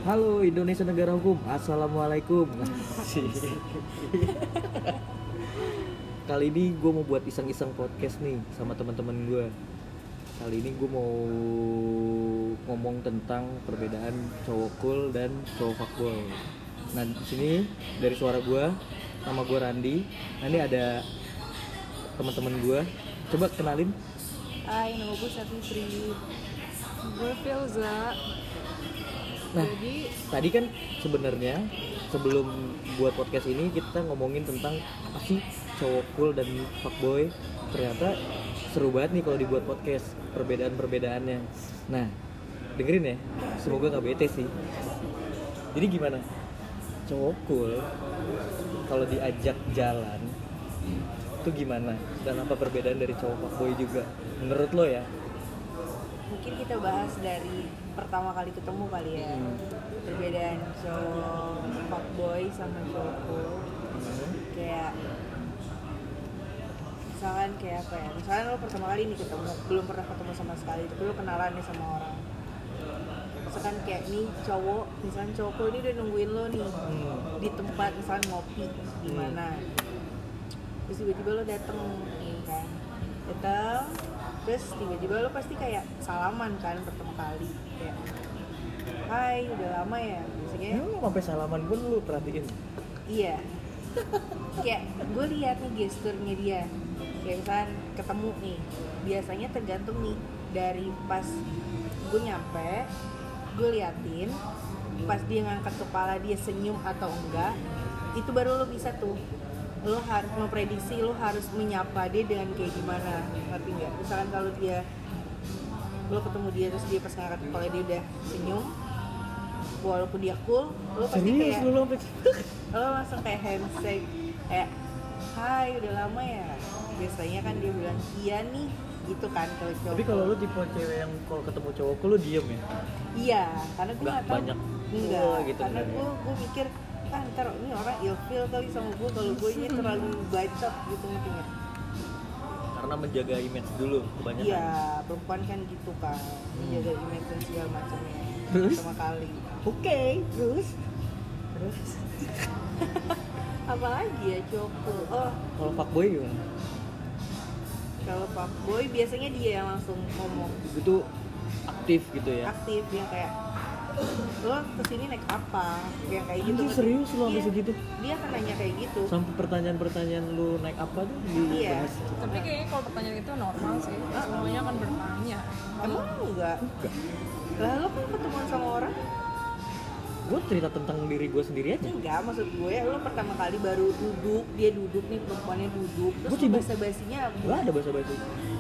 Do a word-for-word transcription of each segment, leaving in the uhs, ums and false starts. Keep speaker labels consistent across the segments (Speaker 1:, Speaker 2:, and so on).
Speaker 1: Halo Indonesia negara hukum, assalamualaikum. Kali ini gue mau buat iseng-iseng podcast nih sama teman-teman gue. Kali ini gue mau ngomong tentang perbedaan cowok cool dan cowok fuckboy. Nah di sini dari suara gue, nama gue Randi. Nah ini ada teman-teman gue. Coba kenalin.
Speaker 2: Hai, nama gue Satitri. Gue Filza.
Speaker 1: Nah,
Speaker 2: Jadi
Speaker 1: tadi kan sebenarnya sebelum buat podcast ini kita ngomongin tentang apa sih cowok cool dan fuckboy. Ternyata seru banget nih kalau dibuat podcast, perbedaan-perbedaannya. Nah, dengerin ya, semoga gak bete sih. Jadi gimana? Cowok cool kalau diajak jalan itu gimana? Dan apa perbedaan dari cowok fuckboy juga? Menurut lo ya?
Speaker 2: mungkin kita bahas dari pertama kali ketemu kali ya.
Speaker 1: Hmm.
Speaker 2: Perbedaan cowok fuckboy sama cowok cool.
Speaker 1: Hmm.
Speaker 2: Kayak misalkan kayak apa ya? Misalkan lo pertama kali nih ketemu, belum pernah ketemu sama sekali, tapi lo kenalan nih sama orang. Misalkan kayak nih cowok, misalkan cowok cool ini udah nungguin lo nih
Speaker 1: Hmm.
Speaker 2: di tempat misalkan ngopi di mana. Terus tiba-tiba lo dateng nih kan, dateng, terus tiba-tiba lo pasti kayak salaman kan pertama kali, kayak hai udah lama ya, biasanya
Speaker 1: Ya, lu sampai salaman pun lu perhatiin.
Speaker 2: iya. Kayak gue lihat nih gesturnya dia, kayak misalkan ketemu nih, biasanya tergantung nih dari pas gue nyampe, gue liatin pas dia ngangkat kepala dia senyum atau enggak, itu baru lo bisa tuh, lo harus memprediksi lo harus menyapa dia dengan kayak gimana, ngerti nggak? Misalkan kalau dia, lo ketemu dia terus dia pas ngangkat kepala dia udah senyum, walaupun dia cool, lo pasti
Speaker 1: Serius
Speaker 2: kayak
Speaker 1: lu sampai
Speaker 2: lo langsung kayak handshake, kayak hai udah lama ya, biasanya kan dia bilang iya nih gitu kan kalau cowok.
Speaker 1: Tapi kalau lu tipe cewek yang kalau ketemu cowok lu diem ya?
Speaker 2: iya, karena gue
Speaker 1: Nggak
Speaker 2: nggak tahu
Speaker 1: banyak.
Speaker 2: enggak
Speaker 1: Oh, gitu
Speaker 2: karena
Speaker 1: bener ya.
Speaker 2: gue gue mikir ah ntar ini orang ilfeel kali sama gue kalau gue ini terlalu bacot gitu, ngerti nggak?
Speaker 1: Karena menjaga image dulu kebanyakan.
Speaker 2: Iya, perempuan kan gitu kan, menjaga image dan segala macamnya.
Speaker 1: Terus?
Speaker 2: Pertama kali.
Speaker 1: Oke, terus
Speaker 2: Terus apa lagi ya cowok? Oh,
Speaker 1: kalau fuckboy gimana?
Speaker 2: kalau fuckboy biasanya dia yang langsung ngomong
Speaker 1: Itu aktif gitu ya?
Speaker 2: aktif, yang kayak lo kesini naik apa, yang kayak gitu.
Speaker 1: Anjir, serius lu sampai
Speaker 2: Iya,
Speaker 1: segitu?
Speaker 2: dia akan nanya kayak gitu.
Speaker 1: Sampai pertanyaan-pertanyaan lu naik apa tuh
Speaker 2: Iya.
Speaker 1: dibahas?
Speaker 3: Tapi kayaknya kalau pertanyaan itu normal sih, semuanya akan bertanya.
Speaker 2: Emang enggak?
Speaker 1: Enggak.
Speaker 2: Lah lo kan ketemuan sama orang?
Speaker 1: Gue cerita tentang diri gue sendiri aja.
Speaker 2: Enggak, maksud gue lo pertama kali baru duduk, dia duduk nih, perempuannya duduk, terus
Speaker 1: Gua sibuk.
Speaker 2: basa-basinya apa?
Speaker 1: Gak ada bahasa-bahasa.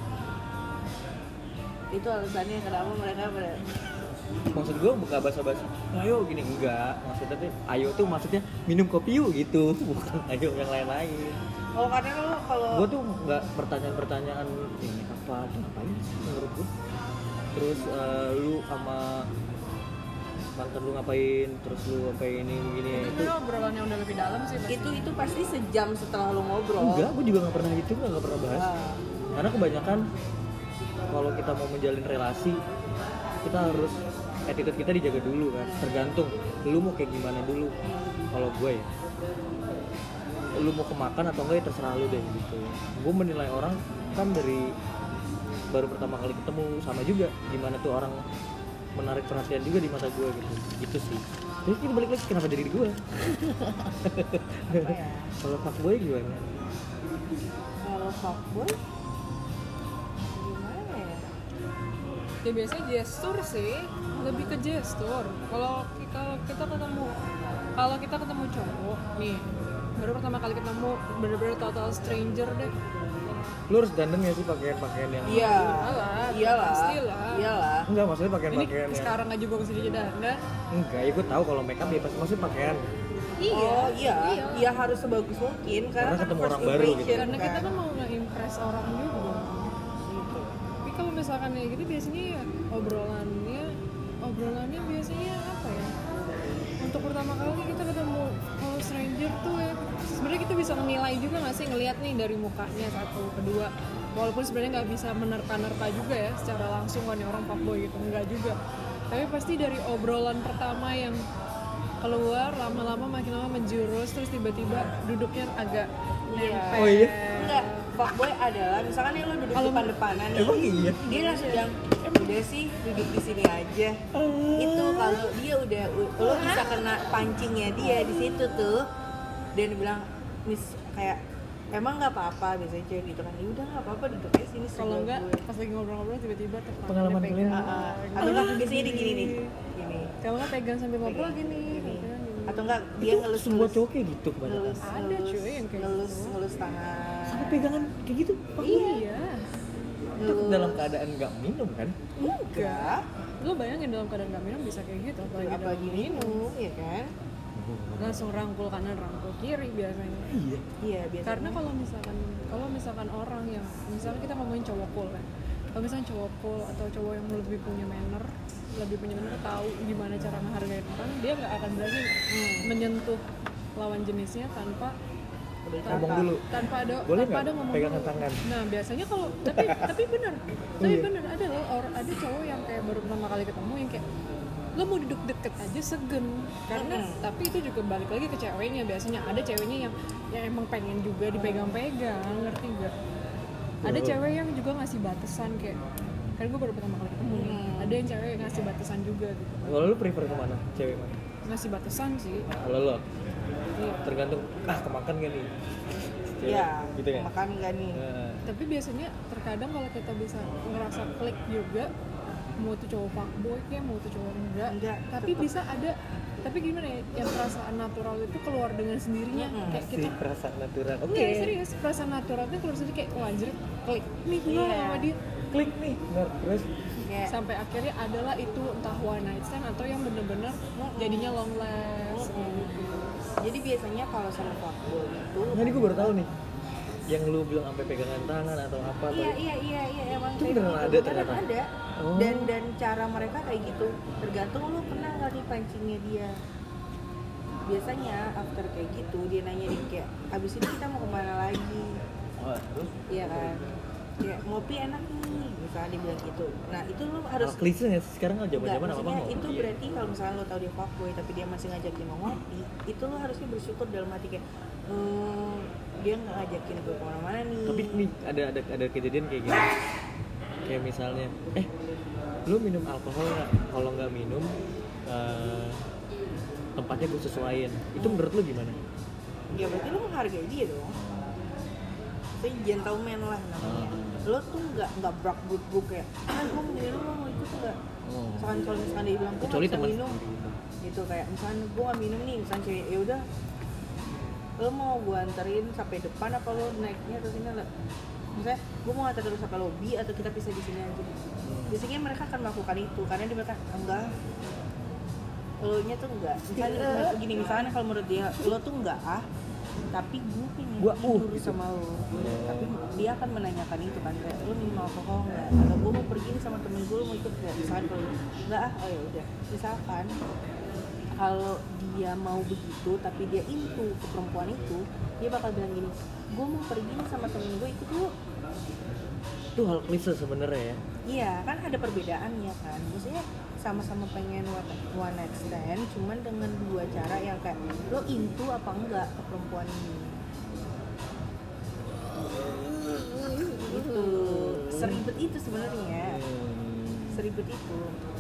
Speaker 2: Itu alasannya kenapa mereka pada
Speaker 1: Maksud gue buka bahasa-bahasa ayo gini, enggak. Maksudnya tuh ayo tuh maksudnya minum kopi yuk gitu. Bukan ayo yang lain-lain.
Speaker 2: oh karena lo kalau
Speaker 1: Gue tuh nggak pertanyaan-pertanyaan ini apa tuh ngapain sih menurut gue. Terus eh, lu sama mantan lu ngapain, terus lu ngapain ini begini
Speaker 3: Itu
Speaker 1: itu.
Speaker 3: sebenarnya obrolan yang udah lebih dalam sih. pasti.
Speaker 2: itu itu pasti sejam setelah lo ngobrol.
Speaker 1: Enggak, gue juga nggak pernah gitu, nggak pernah bahas.
Speaker 2: Ah,
Speaker 1: Karena kebanyakan kalau kita mau menjalin relasi, kita harus attitude kita dijaga dulu kan. Tergantung lu mau kayak gimana dulu. Kalau gue ya, lu mau kemakan atau enggak ya terserah lu deh gitu. Gue menilai orang kan dari baru pertama kali ketemu, sama juga gimana tuh orang menarik perhatian juga di mata gue gitu. Gitu sih. Terus kita balik lagi kenapa jadi di gue?
Speaker 2: apa ya?
Speaker 1: Kalau fuckboy gimana?
Speaker 2: Kalau fuckboy gimana ya?
Speaker 3: Ya biasanya gestur sih, lebih ke gestur. Kalau kalau kita ketemu, kalau kita ketemu cowok nih, baru pertama kali ketemu, bener-bener total stranger deh.
Speaker 1: Lu harus dandan ya sih pakaian-pakaian yang
Speaker 2: Iya,
Speaker 3: Iyalah,
Speaker 2: iyalah,
Speaker 3: pastilah.
Speaker 2: iyalah.
Speaker 1: enggak, maksudnya
Speaker 3: Ini
Speaker 1: pakaian-pakaian yang
Speaker 3: sekarang aja gue kesini aja dandan.
Speaker 1: enggak, ya gue tahu kalau makeup ya pasti maksudnya pakaian.
Speaker 2: Oh iya,
Speaker 3: iya.
Speaker 2: iya harus sebagus mungkin karena,
Speaker 1: Karena
Speaker 2: kan
Speaker 1: ketemu
Speaker 2: first
Speaker 1: orang baru gitu.
Speaker 2: impression
Speaker 3: Karena kita
Speaker 2: kan.
Speaker 3: kan mau nge-impress orang juga.
Speaker 2: Gitu.
Speaker 3: Tapi kalau misalkan kayak gitu biasanya ya obrolannya, obrolannya biasanya apa ya? Untuk pertama kali kita ketemu kalau stranger tuh ya, sebenarnya kita bisa menilai juga nggak sih, ngelihat nih dari mukanya satu, kedua. Walaupun sebenarnya nggak bisa menerka-nerka juga ya secara langsung kan orang fuckboy gitu, nggak juga. tapi pasti dari obrolan pertama yang keluar lama-lama makin lama menjurus terus tiba-tiba duduknya agak
Speaker 2: Iya.
Speaker 3: nempel.
Speaker 1: Oh iya?
Speaker 2: Enggak, fuckboy adalah misalkan nih lo duduk
Speaker 3: Kalau-
Speaker 2: depan-depanan nih.
Speaker 1: Emang iya?
Speaker 2: Dia langsung bilang, udah sih duduk di sini aja. Itu kalau dia udah lo bisa kena pancingnya dia di situ tuh. Dan dia bilang, "Miss kayak emang nggak apa-apa biasanya cewek gitu kan. Ya udah nggak apa-apa duduk aja sini
Speaker 3: Kalau
Speaker 2: sebelah
Speaker 3: enggak
Speaker 2: gue."
Speaker 3: pas lagi ngobrol-ngobrol tiba-tiba tangannya
Speaker 1: Pengalaman
Speaker 3: pegang.
Speaker 1: kalian?
Speaker 2: Ah, ah. Atau enggak biasanya dia gini nih. Gini.
Speaker 3: Kalau nggak pegang sambil ngobrol
Speaker 2: Pegang.
Speaker 3: gini.
Speaker 2: Gini.
Speaker 3: pegang gini.
Speaker 2: Atau enggak dia
Speaker 1: Itu
Speaker 2: ngelus
Speaker 1: semua cowok kayak gitu kebanyakan.
Speaker 2: ngelus
Speaker 3: Ada
Speaker 2: ngelus,
Speaker 3: cuy yang kayak
Speaker 2: ngelus
Speaker 3: gitu.
Speaker 2: ngelus tangan.
Speaker 1: Sampai pegangan kayak gitu.
Speaker 3: Iya.
Speaker 1: Itu
Speaker 2: Ngelus.
Speaker 1: dalam keadaan nggak minum kan?
Speaker 2: Enggak.
Speaker 3: Lu bayangin dalam keadaan nggak minum bisa kayak gitu apalagi,
Speaker 2: Apalagi
Speaker 3: dalam
Speaker 2: minum, ya kan?
Speaker 3: langsung rangkul kanan rangkul kiri biasanya.
Speaker 1: Iya.
Speaker 2: Iya biasanya.
Speaker 3: Karena kalau misalkan kalau misalkan orang yang misalkan kita ngomongin cowok cool kan, kalau misalnya cowok cool atau cowok yang lebih punya manner, lebih punya manner tahu gimana cara menghargai orang, dia nggak akan berani
Speaker 2: Hmm.
Speaker 3: menyentuh lawan jenisnya tanpa
Speaker 1: Ngomong dulu.
Speaker 3: tanpa ada
Speaker 1: Boleh
Speaker 3: tanpa
Speaker 1: nggak
Speaker 3: ada ngomong
Speaker 1: pegangan
Speaker 3: dulu.
Speaker 1: tangan?
Speaker 3: Nah biasanya kalau tapi tapi benar tapi
Speaker 1: Iya.
Speaker 3: benar ada loh or, ada cowok yang kayak baru pertama kali ketemu yang kayak lo mau duduk deket aja segen karena
Speaker 2: Mm-mm.
Speaker 3: tapi itu juga balik lagi ke ceweknya biasanya ada ceweknya yang yang emang pengen juga dipegang-pegang ngerti gak ada
Speaker 1: Oh.
Speaker 3: cewek yang juga ngasih batasan kayak kan gue baru pertama kali ketemu nih
Speaker 2: Hmm.
Speaker 3: ada yang cewek yang ngasih batasan juga gitu
Speaker 1: Kalau lu prefer kemana? Cewek mana?
Speaker 3: ngasih batasan sih
Speaker 1: Kalau lo
Speaker 3: iya.
Speaker 1: tergantung ah kemakan gak nih? Cewek,
Speaker 2: Iya,
Speaker 1: gitu ya.
Speaker 2: makan enggak nih?
Speaker 1: Nah,
Speaker 3: Tapi biasanya terkadang kalau kita bisa ngerasa klik juga mau tuh cowok fuckboy kayak mau tuh cowok enggak,
Speaker 2: Enggak,
Speaker 3: tapi
Speaker 2: tetep.
Speaker 3: bisa ada tapi gimana ya yang perasaan natural itu keluar dengan sendirinya
Speaker 2: Mm-mm.
Speaker 3: kayak
Speaker 1: si
Speaker 3: kita
Speaker 1: perasaan natural. Oke.
Speaker 3: Enggak, serius perasaan natural itu keluar sendiri kayak wah anjir klik nih gue
Speaker 2: Iya.
Speaker 3: sama dia
Speaker 1: Klik nih. Nah, terus
Speaker 2: Kayak
Speaker 3: sampai akhirnya adalah itu entah one night stand atau yang bener-bener jadinya long last kayak gitu.
Speaker 2: jadi biasanya kalau sama fuckboy itu
Speaker 1: nah ini gue baru tahu nih. Yang lu bilang sampai pegangan tangan atau apa
Speaker 2: iya
Speaker 1: tadi.
Speaker 2: iya iya iya emang
Speaker 1: Itu
Speaker 2: kayak
Speaker 1: beneran
Speaker 2: gitu.
Speaker 1: ada
Speaker 2: Beneran
Speaker 1: ternyata?
Speaker 2: ada
Speaker 1: Oh.
Speaker 2: dan dan cara mereka kayak gitu tergantung lu pernah nggak nih pancingnya dia biasanya after kayak gitu dia nanya nih kayak abis ini kita mau kemana lagi
Speaker 1: Wah, terus
Speaker 2: iya kan kayak ngopi enak nih misalnya dia bilang gitu nah itu lu harus
Speaker 1: harus klise nggak sih? Sekarang kan
Speaker 2: Enggak,
Speaker 1: zaman-zaman apa
Speaker 2: maksudnya
Speaker 1: mau?
Speaker 2: itu berarti kalau misalnya lo tau dia fuckboy tapi dia masih ngajakin lo ngopi itu lo harusnya bersyukur dalam hati kayak hmm, dia nggak ngajakin gue kemana-mana nih
Speaker 1: Tapi nih ada ada ada kejadian kayak gini. Kayak misalnya, eh, lu minum alkohol nggak? Kalau nggak minum, eh, tempatnya gue sesuaiin. Itu menurut lu gimana?
Speaker 2: ya berarti lo menghargai dia dong jadi gentleman lah namanya lo tuh nggak nggak brak bruk bruk kayak ah gue mau minum lo mau ikut nggak
Speaker 1: Oh.
Speaker 2: misalkan kalau misalkan dia bilang gue
Speaker 1: Kecuali
Speaker 2: nggak bisa
Speaker 1: teman
Speaker 2: minum
Speaker 1: sendiri.
Speaker 2: gitu kayak misalnya gue nggak minum nih misalnya cewek ya udah lo mau gue anterin sampai depan apa lo naiknya atau sini lah misalnya gue mau nganter terus sampai lobby atau kita pisah di sini aja biasanya mereka akan melakukan itu karena dia mereka enggak lo nya tuh enggak misalnya gini misalnya kalau menurut dia lo tuh enggak ah tapi gue pengen
Speaker 1: Gua, uh,
Speaker 2: tidur
Speaker 1: gitu.
Speaker 2: sama lo tapi dia akan menanyakan itu kan kayak lo minum alkohol nggak atau gue mau pergi nih sama temen gue lo mau ikut nggak misalkan kalau enggak ah oh ya udah misalkan kalau dia mau begitu tapi dia into ke perempuan itu dia bakal bilang gini gue mau pergi nih sama temen gue ikut yuk
Speaker 1: Itu hal klise sebenarnya ya.
Speaker 2: iya kan ada perbedaannya kan maksudnya sama-sama pengen one one night stand cuman dengan dua cara yang kayak lo into apa enggak ke perempuan ini itu seribet itu sebenarnya
Speaker 1: Hmm.
Speaker 2: seribet itu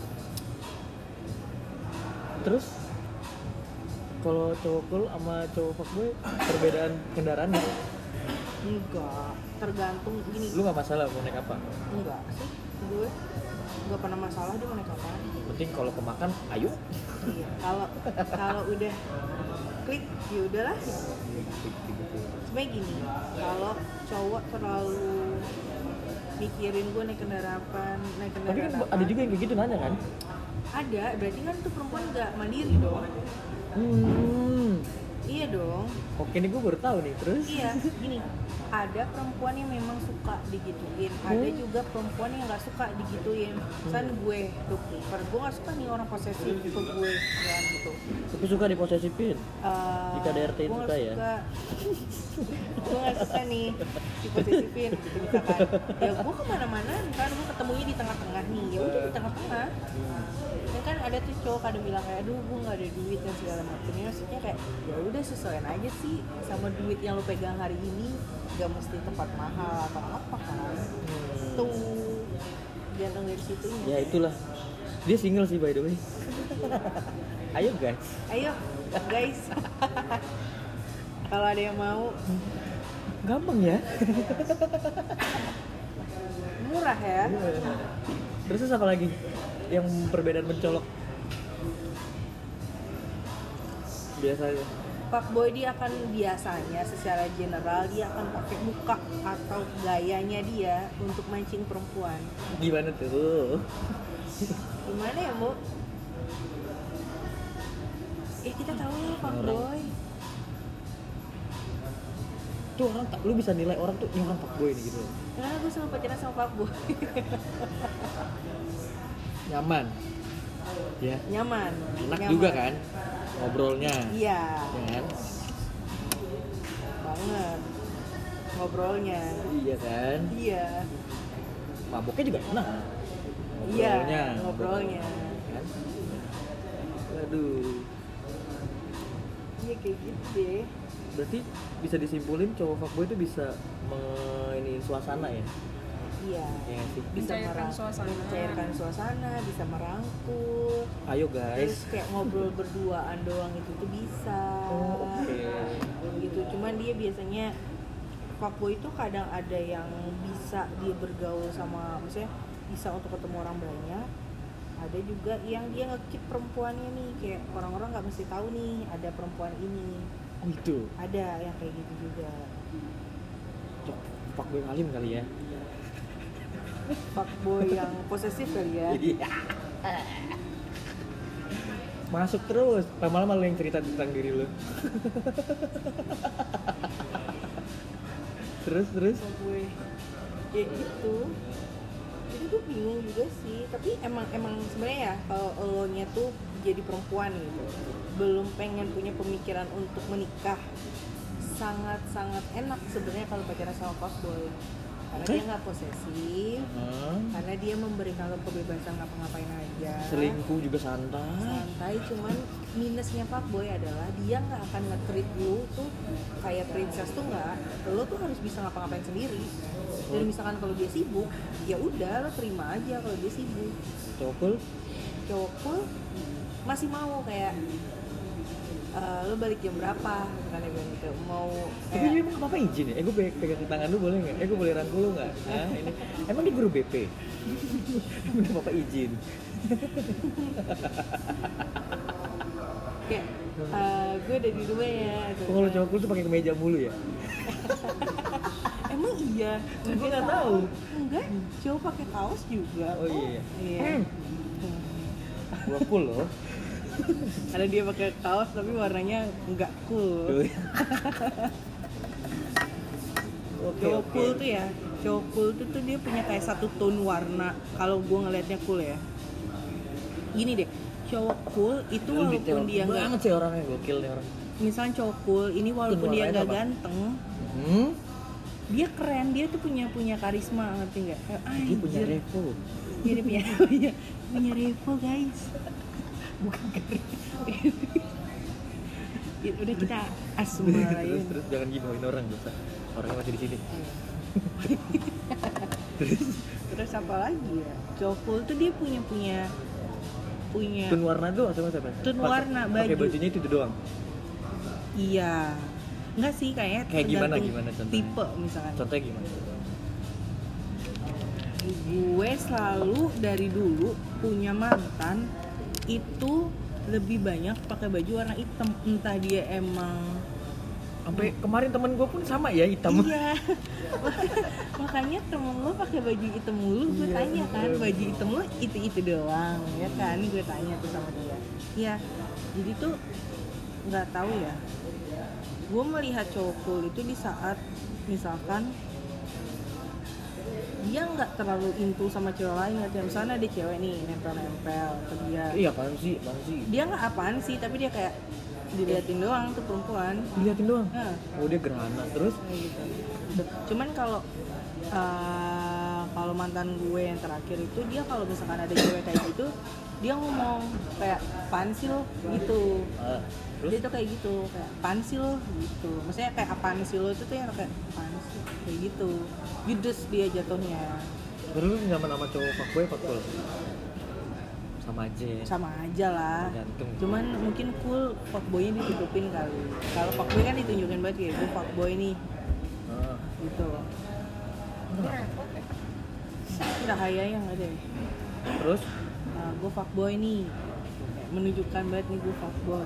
Speaker 1: Terus kalau cowok cool sama cowok fuckboy perbedaan kendaraan nggak?
Speaker 2: enggak tergantung gini
Speaker 1: Lu nggak masalah mau naik apa?
Speaker 2: enggak sih gue enggak pernah masalah dia mau naik apa
Speaker 1: Penting kalau kemakan, ayo.
Speaker 2: iya kalau kalau udah klik ya udahlah sebenarnya gini kalau cowok terlalu mikirin gue naik kendaraan apa naik
Speaker 1: Tapi
Speaker 2: kendaraan
Speaker 1: kan
Speaker 2: apa
Speaker 1: ada juga yang kayak gitu nanya kan?
Speaker 2: ada berarti kan tuh perempuan nggak mandiri dong
Speaker 1: Hmm.
Speaker 2: Iya dong.
Speaker 1: Oke, ini gue baru tahu nih. Terus?
Speaker 2: Iya, gini. Ada perempuan yang memang suka digituin, ada
Speaker 1: Hmm.
Speaker 2: juga perempuan yang nggak suka digituin. Misalnya gue, tuh, gue nggak suka nih orang posesif ke gue, kan gitu.
Speaker 1: Tapi suka diposesifin.
Speaker 2: Uh,
Speaker 1: Jika D R T
Speaker 2: gue
Speaker 1: suka
Speaker 2: nggak
Speaker 1: ya?
Speaker 2: suka, gue nggak suka nih diposesifin, gitu misalkan. Ya gue kemana-mana, kan gue ketemunya di tengah-tengah nih, ya udah di tengah-tengah. Dan kan ada tuh cowok kadang bilang kayak, aduh gue nggak ada duit dan segala macam. Ya maksudnya kayak, ya udah sesuaiin aja sih sama duit yang lo pegang hari ini, gak mesti tempat mahal atau apa kan.
Speaker 1: Hmm.
Speaker 2: Tuh, gantung dari situnya.
Speaker 1: Ya itulah. Dia single sih by the way. Ayo guys.
Speaker 2: Ayo guys, kalau ada yang mau,
Speaker 1: Gampang ya.
Speaker 2: murah ya.
Speaker 1: Terus apa lagi? Yang perbedaan mencolok. Biasanya.
Speaker 2: Fuckboy dia akan biasanya secara general dia akan pakai muka atau gayanya dia untuk mancing perempuan.
Speaker 1: Gimana tuh?
Speaker 2: Gimana ya, Bu? Eh kita tahu lah fuckboy.
Speaker 1: Tuh orang tak, lu bisa nilai orang tuh ini orang fuckboy nih gitu.
Speaker 2: Karena gue selalu pacaran sama fuckboy.
Speaker 1: Nyaman. Ya.
Speaker 2: Nyaman.
Speaker 1: Enak
Speaker 2: Nyaman.
Speaker 1: juga kan ngobrolnya.
Speaker 2: Iya.
Speaker 1: Ya kan?
Speaker 2: Banget. Ngobrolnya.
Speaker 1: Iya kan?
Speaker 2: Iya.
Speaker 1: Maboknya juga enak.
Speaker 2: Iya.
Speaker 1: Ngobrolnya.
Speaker 2: Ngobrolnya.
Speaker 1: Kan? Aduh.
Speaker 2: Iya kayak gitu deh.
Speaker 1: Berarti bisa disimpulin cowok fuckboy itu bisa mainin suasana ya?
Speaker 2: Iya.
Speaker 1: Iya sih.
Speaker 2: Bisa
Speaker 3: Mencairkan
Speaker 2: merang-
Speaker 3: suasana.
Speaker 2: mencairkan suasana, bisa merangkul.
Speaker 1: Ayo
Speaker 2: Terus
Speaker 1: guys.
Speaker 2: kayak ngobrol berduaan doang itu tuh bisa.
Speaker 1: Oh, oke.
Speaker 2: Gitu. Cuman dia biasanya fuckboy itu kadang ada yang bisa dia bergaul sama, maksudnya bisa untuk ketemu orang banyak. Ada juga yang dia nge-keep perempuannya nih, kayak orang-orang nggak mesti tahu nih ada perempuan ini.
Speaker 1: Oh itu.
Speaker 2: Ada yang kayak gitu juga.
Speaker 1: Cok, fuckboy alim kali ya.
Speaker 2: Fuckboy yang posesif kali ya.
Speaker 1: Iya. Masuk terus, lama-lama lu yang cerita tentang diri lu. terus terus.
Speaker 2: Fuckboy kayak gitu. Jadi gue bingung juga sih, tapi emang emang sebenarnya ya kalau lo nya tuh jadi perempuan gitu, belum pengen punya pemikiran untuk menikah, sangat-sangat enak sebenarnya kalau pacaran sama fuckboy. Karena
Speaker 1: Oke.
Speaker 2: dia nggak posesif,
Speaker 1: Hmm.
Speaker 2: karena dia memberikan lo kebebasan ngapa-ngapain aja.
Speaker 1: Selingkuh juga santai.
Speaker 2: Santai, cuman minusnya fuckboy adalah dia nggak akan nge-treat lu tuh kayak princess tuh nggak. Lo tuh harus bisa ngapa-ngapain sendiri. Dan misalkan kalau dia sibuk, ya udah lo terima aja kalau dia sibuk.
Speaker 1: Cowok cool.
Speaker 2: Cowok cool masih mau kayak eh, lo balik jam berapa kan dia bilang gitu. Mau
Speaker 1: Tapi
Speaker 2: kayak
Speaker 1: dia emang apa izin ya? Eh gue pe- pegang tangan lu boleh nggak? Eh gue boleh rangkul lu nggak? Nah ini emang dia guru B P? Udah bapak izin.
Speaker 2: kayak eh, gue ada di rumah ya.
Speaker 1: Oh, kalau cowok cool tuh pakai kemeja mulu ya?
Speaker 2: Emang iya?
Speaker 1: Gue nggak tahu.
Speaker 2: Enggak, cowok pakai kaos juga.
Speaker 1: Oh iya.
Speaker 2: Iya.
Speaker 1: Gua cool loh.
Speaker 2: Ada dia pakai kaos tapi warnanya enggak cool.
Speaker 1: Oke
Speaker 2: Cowok
Speaker 1: oke.
Speaker 2: cool tuh ya, cowok cool tuh, tuh dia punya kayak satu tone warna. Kalau gue ngelihatnya cool ya. Gini deh, cowok cool itu
Speaker 1: Lu detail
Speaker 2: walaupun dia nggak,
Speaker 1: banget sih orangnya, gokil nih orang.
Speaker 2: misalnya cowok cool ini walaupun
Speaker 1: Tone
Speaker 2: dia
Speaker 1: warnanya
Speaker 2: nggak
Speaker 1: apa?
Speaker 2: ganteng,
Speaker 1: Hmm?
Speaker 2: dia keren, dia tuh punya punya karisma, ngerti nggak? Kayak,
Speaker 1: Dia punya
Speaker 2: anjir.
Speaker 1: revo.
Speaker 2: Iya, dia punya punya punya revo guys.
Speaker 1: Bukan keren.
Speaker 2: Ya, udah kita
Speaker 1: terus
Speaker 2: asmarain.
Speaker 1: terus jangan ginoin orang dosa. Orangnya masih di sini. Terus
Speaker 2: Terus apa lagi ya? Cowok cool tuh dia punya punya punya
Speaker 1: tone warna tuh maksudnya apa?
Speaker 2: Tone
Speaker 1: Pas-
Speaker 2: warna
Speaker 1: Pakai
Speaker 2: baju.
Speaker 1: bajunya itu doang.
Speaker 2: iya. Enggak sih kayaknya
Speaker 1: Kayak gimana,
Speaker 2: tergantung
Speaker 1: gimana contohnya?
Speaker 2: tipe misalkan.
Speaker 1: Contohnya gimana?
Speaker 2: Gue selalu dari dulu punya mantan itu lebih banyak pakai baju warna hitam, entah dia emang
Speaker 1: Sampai kemarin temen gue pun sama ya hitam.
Speaker 2: iya. Makanya temen lo pakai baju hitam mulu, gue
Speaker 1: Iya,
Speaker 2: tanya kan
Speaker 1: bener.
Speaker 2: baju hitam lo itu itu doang ya kan, gue tanya tuh sama dia. Iya, jadi tuh nggak tahu ya, gue melihat cowok cool itu di saat misalkan dia nggak terlalu into sama cewek lain, kayak misalnya ada cewek nih nempel-nempel ke dia,
Speaker 1: Iya apaan sih, apaan sih?
Speaker 2: dia nggak apaan sih, tapi dia kayak diliatin doang tuh perempuan.
Speaker 1: Diliatin doang.
Speaker 2: Nah,
Speaker 1: Oh dia gerhana terus.
Speaker 2: kayak gitu. Cuman kalau uh, kalau mantan gue yang terakhir itu, dia kalau misalkan ada cewek kayak gitu, dia ngomong kayak pansil gitu.
Speaker 1: Ah, terus?
Speaker 2: Dia tuh kayak gitu, kayak pansil gitu. Maksudnya kayak apaan sih lo itu tuh yang kayak pansil kayak gitu. Judes dia jatuhnya.
Speaker 1: Terus nyaman sama cowok fuckboy apa cool? Sama aja ya.
Speaker 2: Sama aja lah.
Speaker 1: Tergantung.
Speaker 2: Cuman mungkin cool fuckboy-nya ditutupin kali. Kalau fuckboy kan ditunjukin banget kayak gue fuckboy nih.
Speaker 1: Ah.
Speaker 2: Gitu. Cahaya yang ada.
Speaker 1: Terus?
Speaker 2: Nah, gue fuckboy nih. Kayak menunjukkan banget nih gue fuckboy.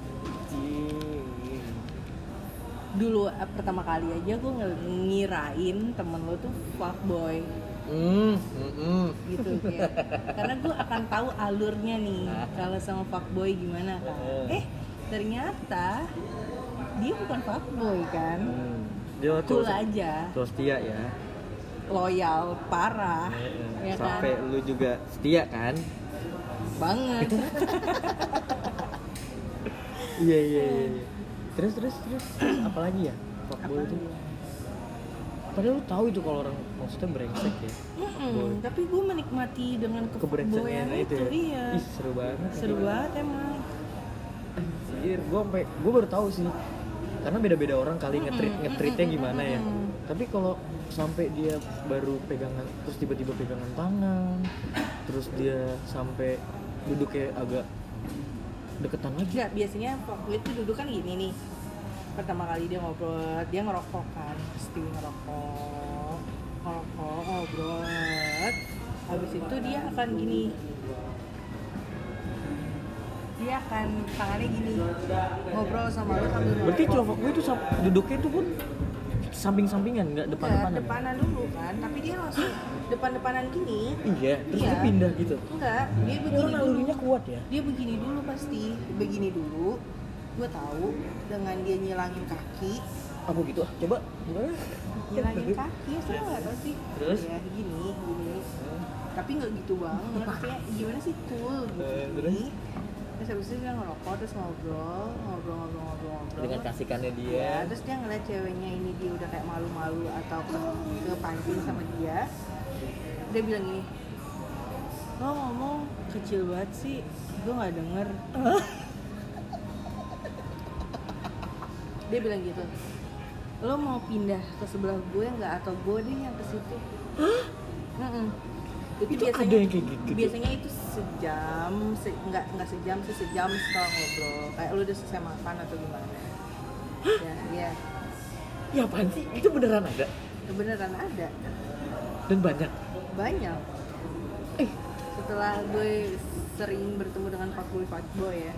Speaker 2: Dulu eh, pertama kali aja gue ngirain temen lo tuh fuckboy.
Speaker 1: Hmm, mm, mm.
Speaker 2: Gitu kayak. Karena gue akan tahu alurnya nih kalau sama fuckboy gimana kan. Eh, ternyata dia bukan fuckboy kan.
Speaker 1: Hmm. Dia
Speaker 2: Cool
Speaker 1: cowok
Speaker 2: aja,
Speaker 1: cowok setia ya.
Speaker 2: loyal parah. Ya kan?
Speaker 1: Sampai lu juga setia kan?
Speaker 2: Banget.
Speaker 1: Iya iya iya. Terus terus terus apa lagi ya? Fuckboy itu. Padahal lu tahu itu kalau orang maksudnya brengsek ya.
Speaker 2: Mm-mm, tapi gue menikmati dengan kefuckboyan
Speaker 1: Kebrengsekannya
Speaker 2: itu,
Speaker 1: itu ya.
Speaker 2: iya.
Speaker 1: Ih, seru banget.
Speaker 2: Seru banget emang.
Speaker 1: Anjir, gue sampai gue baru tahu sih. Karena beda-beda orang kali nge-treat nge-treatnya gimana ya. Tapi kalau sampai dia baru pegangan terus tiba-tiba pegangan tangan, terus dia sampai duduknya agak deketan lagi.
Speaker 2: Enggak, biasanya fuckboy itu duduk kan gini nih. Pertama kali dia ngobrol, dia ngerokok kan, pasti ngerokok, ngerokok, ngobrol. Habis itu dia akan gini, dia akan tangannya gini, ngobrol sama lo sambil ngerokok.
Speaker 1: Berarti cowok gue itu sam- duduknya itu pun samping-sampingan, nggak
Speaker 2: Enggak,
Speaker 1: depan-depanan.
Speaker 2: depanan dulu kan, tapi dia langsung depan-depanan gini.
Speaker 1: Iya, terus
Speaker 2: Iya.
Speaker 1: dia pindah gitu.
Speaker 2: Enggak, dia
Speaker 1: Ini
Speaker 2: begini
Speaker 1: orang
Speaker 2: dulu.
Speaker 1: nalurinya kuat ya.
Speaker 2: Dia begini dulu pasti, begini dulu. Gue tahu dengan dia nyilangin kaki,
Speaker 1: Apa gitu? Ah, coba. Gimana?
Speaker 2: nyilangin kaki, saya nggak tahu sih.
Speaker 1: Terus?
Speaker 2: Ya gini, gini. Tapi nggak gitu banget. Kayak gimana sih cool gitu.
Speaker 1: Eh, terus?
Speaker 2: Gini. Terus habis itu dia ngerokok, terus ngobrol, ngobrol, ngobrol, ngobrol, ngobrol.
Speaker 1: Dengan kasihkannya
Speaker 2: Ya,
Speaker 1: dia.
Speaker 2: terus dia ngeliat ceweknya ini dia udah kayak malu-malu atau ke, kepancing sama dia. Dia bilang gini, lo ngomong kecil banget sih, gue nggak denger. Dia bilang gitu, lo mau pindah ke sebelah gue nggak atau gue deh yang ke situ. Mm-mm. Itu,
Speaker 1: Itu
Speaker 2: biasanya
Speaker 1: ada yang kayak gitu?
Speaker 2: biasanya itu sejam se, nggak nggak sejam sih sejam setelah ngobrol kayak lo udah selesai makan atau gimana. Ya, ya,
Speaker 1: Ya apaan sih? Itu beneran ada?
Speaker 2: kebenaran ada
Speaker 1: Dan banyak?
Speaker 2: banyak.
Speaker 1: Eh,
Speaker 2: Setelah gue sering bertemu dengan fuckboy fuckboy ya.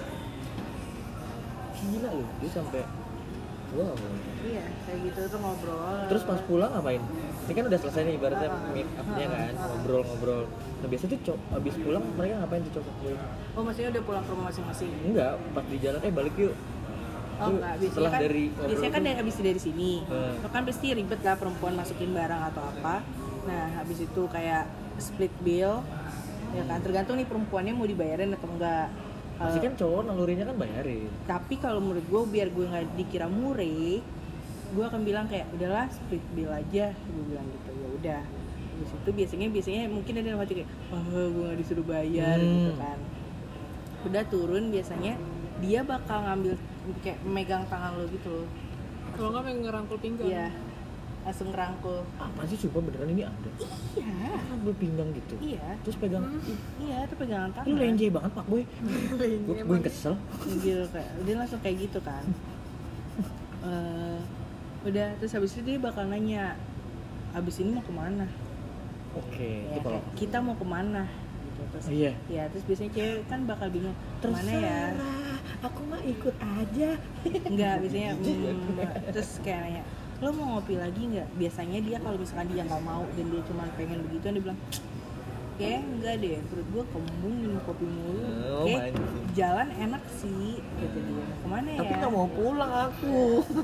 Speaker 1: gila loh. Dia sampai wow.
Speaker 2: Iya, kayak gitu tuh ngobrol.
Speaker 1: Terus pas pulang ngapain? Ini kan udah selesai nih ibaratnya
Speaker 2: Ah, ah.
Speaker 1: meet up-nya
Speaker 2: Ah,
Speaker 1: kan,
Speaker 2: ah.
Speaker 1: ngobrol-ngobrol. Nah biasanya tuh cowok abis pulang mereka ngapain tuh cowok gue?
Speaker 2: Oh, maksudnya udah pulang ke rumah masing-masing?
Speaker 1: Enggak, pas di jalan eh balik yuk.
Speaker 2: Oh
Speaker 1: Tuh,
Speaker 2: enggak, biasanya
Speaker 1: setelah
Speaker 2: kan,
Speaker 1: dari ngobrol
Speaker 2: biasanya kan
Speaker 1: tuh-
Speaker 2: dari, abis dari sini
Speaker 1: Hmm.
Speaker 2: Lo kan pasti ribet lah perempuan masukin barang atau apa. Nah, habis itu kayak split bill. Ya kan, tergantung nih perempuannya mau dibayarin atau enggak.
Speaker 1: Pasti
Speaker 2: Eh,
Speaker 1: kan cowok nalurinya kan bayarin.
Speaker 2: Tapi kalau menurut gue, biar gue nggak dikira mure, gue akan bilang kayak udahlah split bill aja, gue bilang gitu. Ya udah. Habis itu biasanya biasanya mungkin ada yang mati kayak, oh gue nggak disuruh bayar
Speaker 1: Hmm.
Speaker 2: gitu kan. Udah turun biasanya dia bakal ngambil kayak megang tangan lo gitu loh.
Speaker 3: Kalau nggak pengen ngerangkul pinggang.
Speaker 2: Iya, langsung ngerangkul.
Speaker 1: Apa sih sumpah beneran ini ada?
Speaker 2: Iya,
Speaker 1: Kan gue pinggang gitu.
Speaker 2: iya,
Speaker 1: Terus pegang.
Speaker 2: iya, itu pegangan tangan.
Speaker 1: Lu lenje banget Pak Boy. Gue gue kesel.
Speaker 2: Gitu kayak, dia langsung kayak gitu kan. Eh, udah, terus habis itu dia bakal nanya, abis ini mau kemana?
Speaker 1: Oke,
Speaker 2: Ya,
Speaker 1: itu kalau
Speaker 2: kayak, kita mau kemana? Gitu. Terus,
Speaker 1: Oh, iya.
Speaker 2: ya, terus biasanya cewek kan bakal bingung, kemana ya?
Speaker 1: aku mah ikut aja.
Speaker 2: Enggak, biasanya mm, terus kayak nanya, lo mau ngopi lagi nggak? Biasanya dia kalau misalkan dia nggak mau dan dia cuma pengen begitu, dia bilang kayak enggak deh, perut gue kembung minum kopi mulu.
Speaker 1: Oh,
Speaker 2: Kayak
Speaker 1: mancing.
Speaker 2: jalan enak sih kata dia. Mau kemana ya?
Speaker 1: Tapi nggak mau pulang aku.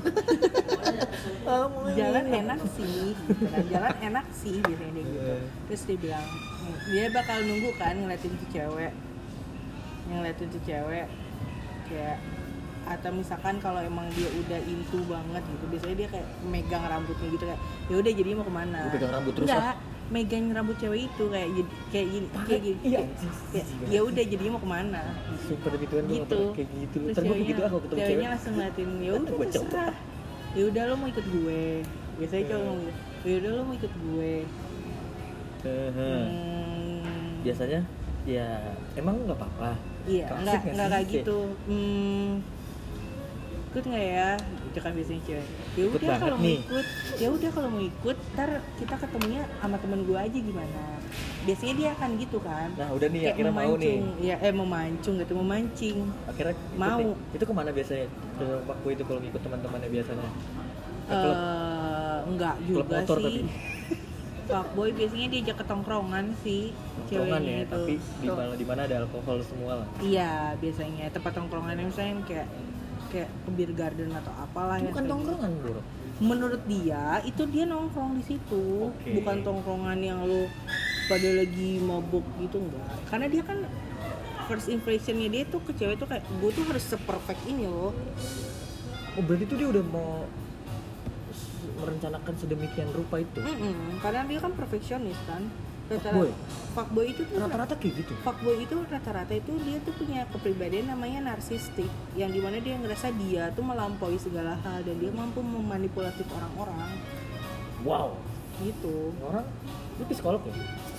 Speaker 1: Kamu
Speaker 2: Jalan
Speaker 1: ini.
Speaker 2: enak sih, gitu kan. Jalan enak sih biasanya dia gitu.
Speaker 1: Iya.
Speaker 2: Terus dia bilang dia bakal nunggu kan ngeliatin tuh cewek, ngeliatin tuh cewek kayak atau misalkan kalau emang dia udah into banget gitu, biasanya dia kayak megang rambutnya gitu kayak ya udah jadi mau kemana?
Speaker 1: Lu pegang rambut terus,
Speaker 2: Enggak, megang rambut cewek itu kayak jadi- kayak gini kayak gini.
Speaker 1: Iya,
Speaker 2: kayak, ya udah jadi mau kemana?
Speaker 1: Super gituan gue
Speaker 2: Gitu.
Speaker 1: kayak gitu.
Speaker 2: Terus
Speaker 1: Ntar gue
Speaker 2: ceweknya,
Speaker 1: gitu aku ketemu
Speaker 2: ceweknya
Speaker 1: cewek.
Speaker 2: langsung ngeliatin ya udah
Speaker 1: Gua coba.
Speaker 2: terserah. Ya udah lo mau ikut gue. Biasanya cowok
Speaker 1: Hmm.
Speaker 2: ngomong gitu. Ya udah lo mau ikut gue.
Speaker 1: Heeh.
Speaker 2: Hmm,
Speaker 1: Biasanya ya emang nggak apa-apa.
Speaker 2: iya,
Speaker 1: Klasik
Speaker 2: enggak
Speaker 1: nggak
Speaker 2: enggak
Speaker 1: sih?
Speaker 2: kayak gitu. Hmm, ikut nggak ya? Itu kan biasanya cewek. Ya
Speaker 1: Ikut
Speaker 2: udah
Speaker 1: banget
Speaker 2: kalau mau
Speaker 1: nih.
Speaker 2: ikut, ya udah kalau mau ikut, ntar kita ketemunya sama temen gue aja gimana? Biasanya dia akan gitu kan.
Speaker 1: Nah udah nih
Speaker 2: Kayak
Speaker 1: akhirnya mau nih.
Speaker 2: memancung. Ya, eh memancung gitu, memancing.
Speaker 1: Akhirnya ikut
Speaker 2: Mau.
Speaker 1: nih. Itu kemana biasanya? Ke Pak Boy itu kalau ngikut teman-temannya biasanya? Ke klub,
Speaker 2: Eh, enggak
Speaker 1: klub
Speaker 2: juga
Speaker 1: motor
Speaker 2: sih.
Speaker 1: tapi.
Speaker 2: Fuckboy biasanya diajak ke tongkrongan sih,
Speaker 1: Tongkrongan
Speaker 2: ceweknya
Speaker 1: ya,
Speaker 2: itu.
Speaker 1: tapi di
Speaker 2: Tuh.
Speaker 1: mana di mana ada alkohol semua lah.
Speaker 2: Iya, biasanya tempat tongkrongannya misalnya kayak kayak ke beer garden atau apalah
Speaker 1: Itu
Speaker 2: yang
Speaker 1: bukan
Speaker 2: kayak
Speaker 1: tongkrongan bro.
Speaker 2: gitu. Menurut dia itu dia nongkrong di situ,
Speaker 1: Oke.
Speaker 2: bukan tongkrongan yang lu pada lagi mabuk gitu enggak. Karena dia kan first impressionnya dia tuh ke cewek tuh kayak gue tuh harus seperfect ini loh.
Speaker 1: Oh berarti tuh dia udah mau s- merencanakan sedemikian rupa itu.
Speaker 2: Mm-mm, karena dia kan perfeksionis kan.
Speaker 1: Fuckboy?
Speaker 2: Fuckboy itu tuh
Speaker 1: Rata-rata kayak gitu.
Speaker 2: fuckboy itu rata-rata itu dia tuh punya kepribadian namanya narsistik, yang dimana dia ngerasa dia tuh melampaui segala hal dan dia mampu memanipulasi orang-orang
Speaker 1: Wow.
Speaker 2: gitu.
Speaker 1: Orang lu psikolog ya?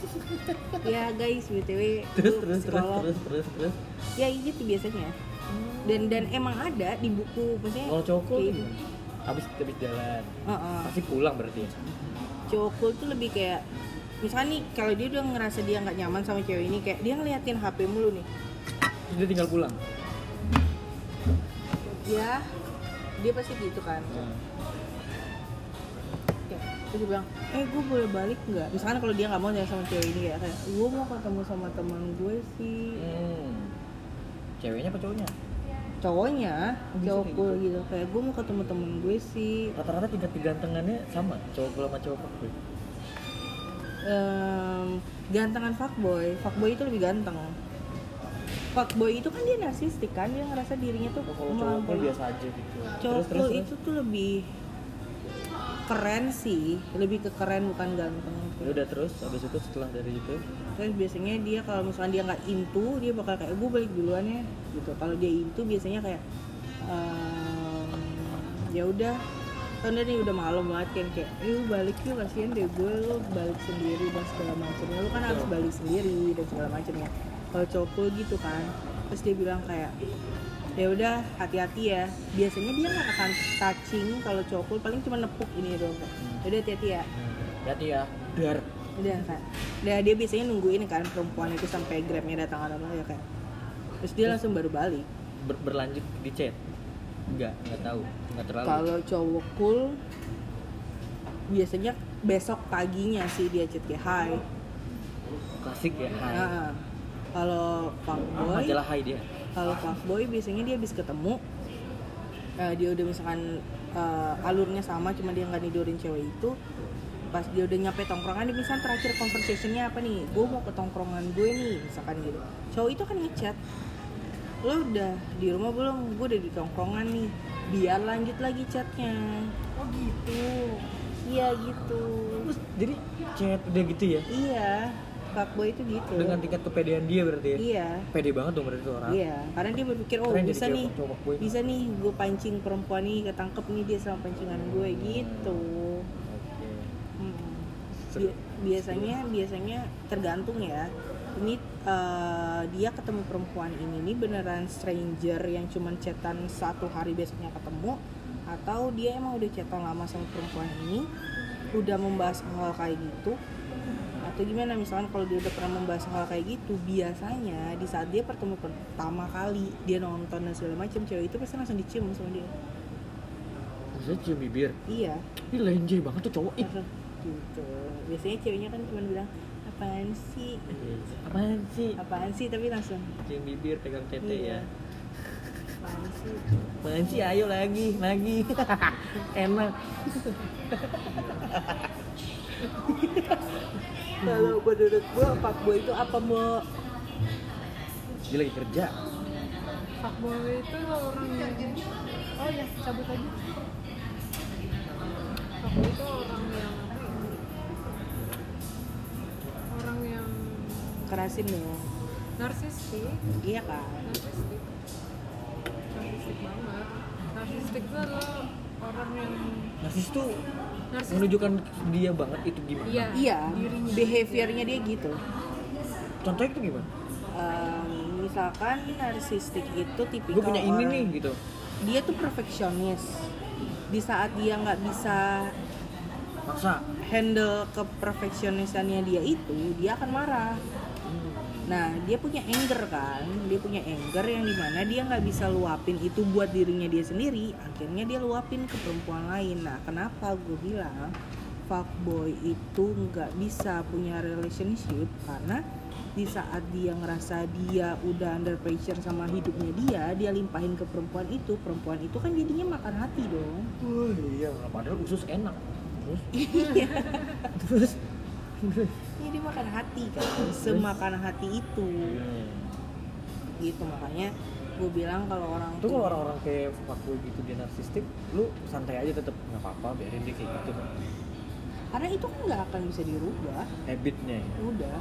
Speaker 2: Ya guys, btw
Speaker 1: Terus
Speaker 2: gua
Speaker 1: terus terus
Speaker 2: psikolog.
Speaker 1: terus terus terus.
Speaker 2: Ya gitu biasanya. Dan dan emang ada di buku maksudnya.
Speaker 1: Kalau cowok
Speaker 2: kayak
Speaker 1: gimana? Habis habis jalan.
Speaker 2: Heeh.
Speaker 1: Pasti pulang berarti ya.
Speaker 2: Cowok cool tuh lebih kayak misalnya nih kalau dia udah ngerasa dia nggak nyaman sama cewek ini, kayak dia ngeliatin H P mulu nih.
Speaker 1: Terus dia tinggal pulang.
Speaker 2: Ya, dia pasti gitu kan.
Speaker 1: Hmm.
Speaker 2: Kayak, terus dia bilang, eh gue boleh balik nggak? Misalkan kalau dia nggak mau jalan sama cewek ini kayak, kayak gue mau ketemu sama teman gue sih.
Speaker 1: Hmm. Ceweknya apa cowoknya?
Speaker 2: Cowoknya,
Speaker 1: Bisa
Speaker 2: cowok
Speaker 1: kayak
Speaker 2: cool
Speaker 1: gitu?
Speaker 2: gitu. Kayak gue mau ketemu temen gue sih.
Speaker 1: Rata-rata tingkat kegantengannya sama cowok cool sama cowok fuckboy.
Speaker 2: Em, gantengan fuckboy, fuckboy itu lebih ganteng. Fuckboy itu kan dia narsistik kan, dia ngerasa dirinya tuh
Speaker 1: Oh, kalau cowok cool
Speaker 2: melampaui.
Speaker 1: biasa aja gitu.
Speaker 2: Cowok
Speaker 1: terus terus
Speaker 2: cool
Speaker 1: terus.
Speaker 2: itu tuh lebih keren sih, lebih ke keren bukan ganteng.
Speaker 1: Ya udah terus habis itu setelah dari itu
Speaker 2: Terus biasanya dia kalau misalkan dia nggak into, dia bakal kayak gue balik duluan ya gitu. Kalau dia into biasanya kayak ehm, ya udah, kan nih udah malam banget kan kayak, yuk balik yuk, kasihan deh gue, lo balik sendiri dan segala macamnya, lo kan harus balik sendiri dan segala macamnya. Kalau cowok gitu kan, terus dia bilang kayak ya udah hati-hati ya. Biasanya dia nggak akan touching kalau cowok, paling cuma nepuk ini doang. Ya udah hati-hati ya.
Speaker 1: hati ya dar.
Speaker 2: Udah kan. Nah, dia biasanya nungguin kan perempuan itu sampai Grabnya datang atau apa ya kayak. Terus dia langsung baru balik.
Speaker 1: Ber- berlanjut di chat. Enggak, enggak tahu. Enggak terlalu.
Speaker 2: Kalau cowok cool biasanya besok paginya sih dia chat kayak hi.
Speaker 1: Klasik ya. Hai.
Speaker 2: Nah, kalau fuckboy,
Speaker 1: Majalah hai dia.
Speaker 2: kalau fuckboy biasanya dia habis ketemu eh, dia udah misalkan eh, alurnya sama cuma dia nggak nidurin cewek itu. Pas dia udah nyampe tongkrongan, dia misalkan terakhir conversationnya apa nih, gue mau ke tongkrongan gue nih misalkan gitu, cowok itu kan ngechat, lo udah di rumah belum, gue udah di tongkrongan nih, biar lanjut lagi chatnya.
Speaker 3: Oh gitu.
Speaker 2: Iya gitu.
Speaker 1: Terus jadi chat udah gitu ya.
Speaker 2: Iya, fuckboy itu gitu.
Speaker 1: Dengan tingkat kepedean dia berarti ya.
Speaker 2: Iya.
Speaker 1: Pede banget dong berarti tuh orang.
Speaker 2: Iya, karena dia berpikir oh
Speaker 1: Keren jadi
Speaker 2: bisa
Speaker 1: cewek-
Speaker 2: nih,
Speaker 1: cowok boy.
Speaker 2: bisa nih gue pancing perempuan nih, ketangkep nih dia sama pancingan gue gitu.
Speaker 1: Oke.
Speaker 2: Hmm.
Speaker 1: Seru.
Speaker 2: Bi- biasanya biasanya tergantung ya. Ini eh, dia ketemu perempuan ini nih beneran stranger yang cuman chatan satu hari besoknya ketemu, atau dia emang udah chatan lama sama perempuan ini, udah membahas hal kayak gitu, atau gimana. Misalkan kalau dia udah pernah membahas hal kayak gitu, biasanya di saat dia pertemu pertama kali dia nonton dan segala macam, cewek itu pasti langsung dicium sama dia.
Speaker 1: Maksudnya cium bibir.
Speaker 2: Iya,
Speaker 1: Ini lenje banget tuh cowok. Ih,
Speaker 2: langsung gitu. Biasanya ceweknya kan cuma bilang apaan sih
Speaker 1: Apaan sih?
Speaker 2: apaan sih tapi langsung
Speaker 1: Cium bibir, pegang tete
Speaker 2: iya.
Speaker 1: ya.
Speaker 2: Apaan sih
Speaker 1: Apaan sih? Ayo lagi, lagi. Enak.
Speaker 2: kalau menurut gua fuckboy itu apa Mbok?
Speaker 1: Dia lagi kerja.
Speaker 3: Fuckboy itu orang yang oh ya cabut aja. Fuckboy itu orang yang apa ya? Orang yang
Speaker 2: Kerasin dong.
Speaker 3: narsistik,
Speaker 2: Iya kan?
Speaker 3: narsistik, narsistik banget. Narsistik itu adalah orang yang
Speaker 1: Narsis tuh
Speaker 3: narsis.
Speaker 1: menunjukkan dia banget itu gimana?
Speaker 3: Iya.
Speaker 2: Iya,
Speaker 3: Dirinya.
Speaker 2: behaviornya dia gitu.
Speaker 1: Contohnya itu gimana?
Speaker 2: Um, misalkan narsistik itu tipikal
Speaker 1: Gue punya ini
Speaker 2: orang,
Speaker 1: nih gitu.
Speaker 2: dia tuh perfeksionis. Di saat dia nggak bisa
Speaker 1: Maksa.
Speaker 2: handle keperfeksionisannya dia itu, dia akan marah. Nah, dia punya anger kan, dia punya anger yang dimana dia nggak bisa luapin itu buat dirinya dia sendiri, akhirnya dia luapin ke perempuan lain. Nah, kenapa gue bilang fuckboy itu nggak bisa punya relationship? Karena di saat dia ngerasa dia udah under pressure sama hidupnya dia, dia limpahin ke perempuan itu, perempuan itu kan jadinya makan hati dong.
Speaker 1: Oh iya, padahal usus enak. Terus?
Speaker 2: Iya.
Speaker 1: Terus?
Speaker 2: Iya, dia makan hati kan, semakan hati itu.
Speaker 1: Hmm.
Speaker 2: Gitu, makanya gue bilang kalau orang
Speaker 1: Itu kalau orang-orang kayak fuckboy gitu dia narsistik, lu santai aja tetap nggak apa-apa, biarin dia kayak gitu.
Speaker 2: karena itu kan nggak akan bisa dirubah,
Speaker 1: Habitnya ya.
Speaker 2: udah.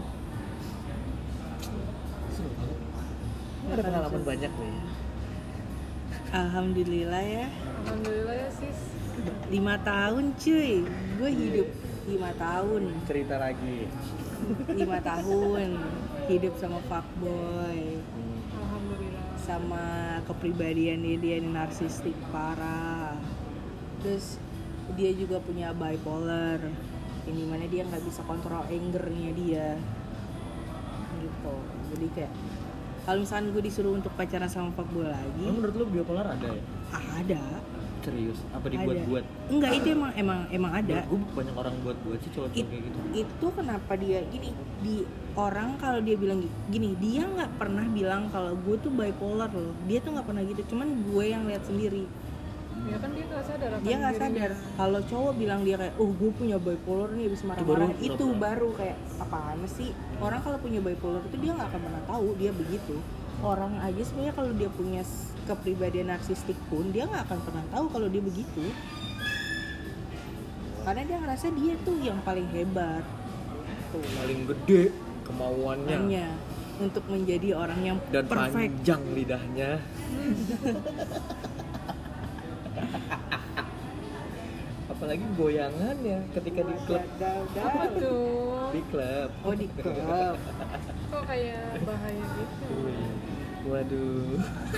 Speaker 1: Seru banget. Lu ada
Speaker 2: Nggak akan
Speaker 1: pengalaman
Speaker 2: bisa.
Speaker 1: banyak nih.
Speaker 2: Alhamdulillah ya,
Speaker 3: Alhamdulillah ya sis.
Speaker 2: lima tahun cuy, gue hidup lima tahun,
Speaker 1: Cerita lagi.
Speaker 2: lima tahun hidup sama fuckboy,
Speaker 1: Hmm.
Speaker 3: Alhamdulillah.
Speaker 2: sama kepribadian dia dia yang narsistik parah. Terus dia juga punya bipolar, yang dimana dia nggak bisa kontrol angernya dia, gitu. Jadi kayak kalau misalkan gue disuruh untuk pacaran sama fuckboy lagi,
Speaker 1: Emang menurut lu bipolar ada ya?
Speaker 2: ada.
Speaker 1: Serius? Apa
Speaker 2: Ada.
Speaker 1: dibuat-buat?
Speaker 2: Enggak, itu emang emang emang ada.
Speaker 1: Gue banyak orang buat-buat sih cowok-cowok
Speaker 2: It-
Speaker 1: kayak gitu.
Speaker 2: Itu kenapa dia gini, di orang kalau dia bilang gi- gini, dia nggak pernah bilang kalau gue tuh bipolar loh. Dia tuh nggak pernah gitu. Cuman gue yang lihat sendiri.
Speaker 3: Ya kan dia nggak sadar akan
Speaker 2: Dia nggak
Speaker 3: dirinya.
Speaker 2: sadar. Kalau cowok bilang dia kayak, oh gue punya bipolar nih, habis marah-marah.
Speaker 1: baru
Speaker 2: Itu
Speaker 1: pura-pura.
Speaker 2: baru kayak apaan sih? Orang kalau punya bipolar itu dia nggak akan pernah tahu dia begitu. Orang aja sebenarnya kalau dia punya s- kepribadian narsistik pun dia nggak akan pernah tahu kalau dia begitu. Karena dia ngerasa dia tuh yang paling hebat. Tuh.
Speaker 1: Paling gede kemauannya
Speaker 2: Hanya untuk menjadi orang yang
Speaker 1: dan
Speaker 2: perfect.
Speaker 1: panjang lidahnya. Apalagi goyangannya ketika di klub.
Speaker 3: Apa tuh?
Speaker 1: Di klub.
Speaker 2: Oh di klub.
Speaker 3: Kok kayak bahaya gitu?
Speaker 1: Waduh.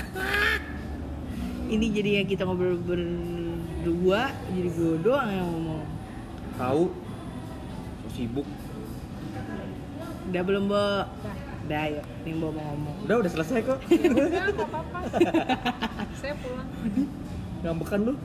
Speaker 2: Ini jadi yang kita ngobrol berdua, jadi gue doang yang ngomong.
Speaker 1: Tahu? So sibuk.
Speaker 2: Udah belum, Bo? Udah, ayo. Nih Bo mau ngomong.
Speaker 1: Udah udah selesai kok.
Speaker 3: Ya udah nggak apa-apa. Saya pulang.
Speaker 1: Ngambekan lu?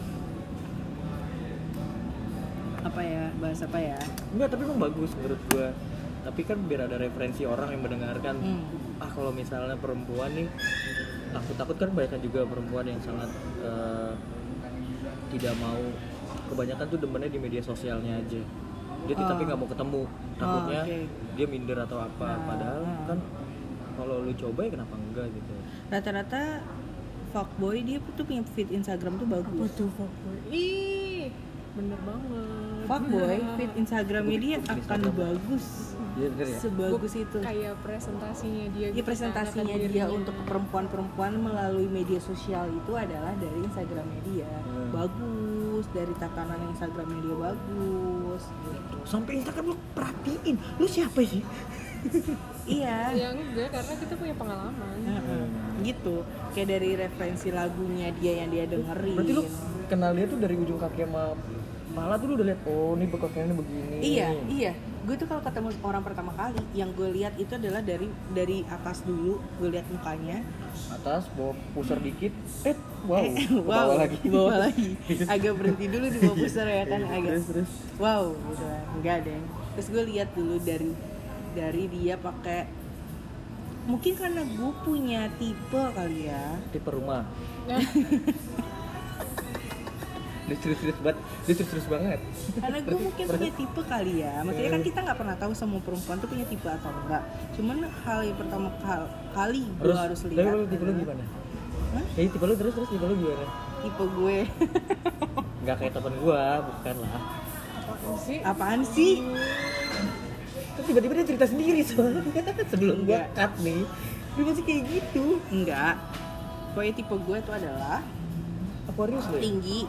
Speaker 2: Apa ya? Bahas apa ya?
Speaker 1: Enggak, tapi emang bagus menurut gua. Tapi kan biar ada referensi orang yang mendengarkan.
Speaker 2: Hmm.
Speaker 1: Ah kalau misalnya perempuan nih, takut-takut kan banyak juga perempuan yang sangat eh, tidak mau, kebanyakan tuh demennya di media sosialnya aja. Dia
Speaker 2: Oh.
Speaker 1: tapi nggak mau ketemu, takutnya
Speaker 2: Oh, oke.
Speaker 1: dia minder atau apa.
Speaker 2: Nah,
Speaker 1: Padahal
Speaker 2: nah.
Speaker 1: kan kalau lu coba ya kenapa enggak gitu.
Speaker 2: Rata-rata fuckboy dia tuh punya feed Instagram tuh bagus.
Speaker 3: tuh fuckboy? Ih, bener banget.
Speaker 2: Fuckboy feed Instagramnya dia
Speaker 1: Feed
Speaker 2: akan
Speaker 1: Instagram.
Speaker 2: bagus.
Speaker 1: Iya bener ya?
Speaker 2: Sebagus itu.
Speaker 3: Kayak presentasinya dia.
Speaker 2: Iya,
Speaker 3: gitu,
Speaker 2: presentasinya
Speaker 3: menandakan
Speaker 2: dia
Speaker 3: dirinya.
Speaker 2: untuk perempuan-perempuan melalui media sosial itu adalah dari Instagramnya dia.
Speaker 1: Hmm.
Speaker 2: Bagus, dari tatanan Instagramnya dia bagus. Gitu.
Speaker 1: Sampai Instagram lu perhatiin, lu siapa sih?
Speaker 2: Iya.
Speaker 3: Ya enggak, karena kita punya pengalaman.
Speaker 2: Heeh. Gitu. Kayak dari referensi lagunya dia yang dia dengerin.
Speaker 1: Berarti lu kenal dia tuh dari ujung kaki sama kepala tuh lu udah lihat, oh ini bekoknya begini.
Speaker 2: Iya, iya. Gue tuh kalau ketemu orang pertama kali, yang gue lihat itu adalah dari dari atas dulu, gue lihat mukanya.
Speaker 1: Atas, bawa pusar dikit, eh, wow,
Speaker 2: Eh,
Speaker 1: ke
Speaker 2: wow,
Speaker 1: bawah lagi.
Speaker 2: bawah lagi. Agak berhenti dulu di bawah pusar ya kan, agak.
Speaker 1: Terus, terus.
Speaker 2: Wow, gitu kan. Enggak deh. Terus gue lihat dulu dari dari dia pakai, mungkin karena gue punya tipe kali ya.
Speaker 1: Tipe rumah. Dia serius-serius banget, dia serius banget.
Speaker 2: Karena gue mungkin punya tipe kali ya. Maksudnya kan kita nggak pernah tahu semua perempuan tuh punya tipe atau enggak. Cuman hal yang pertama kal- kali gue harus lihat.
Speaker 1: Tapi lu tipe lu gimana?
Speaker 2: Hah?
Speaker 1: Jadi tipe lu terus terus tipe lu gimana?
Speaker 2: Tipe gue.
Speaker 1: Nggak kayak teman gua, bukan lah.
Speaker 3: Apaan sih?
Speaker 2: Apaan sih?
Speaker 1: Terus tiba-tiba dia cerita sendiri soalnya sebelum gua
Speaker 2: Enggak.
Speaker 1: cut nih. Dia masih kayak gitu.
Speaker 2: Enggak. Pokoknya tipe gue tuh adalah
Speaker 1: Aquarius lu ya?
Speaker 2: tinggi,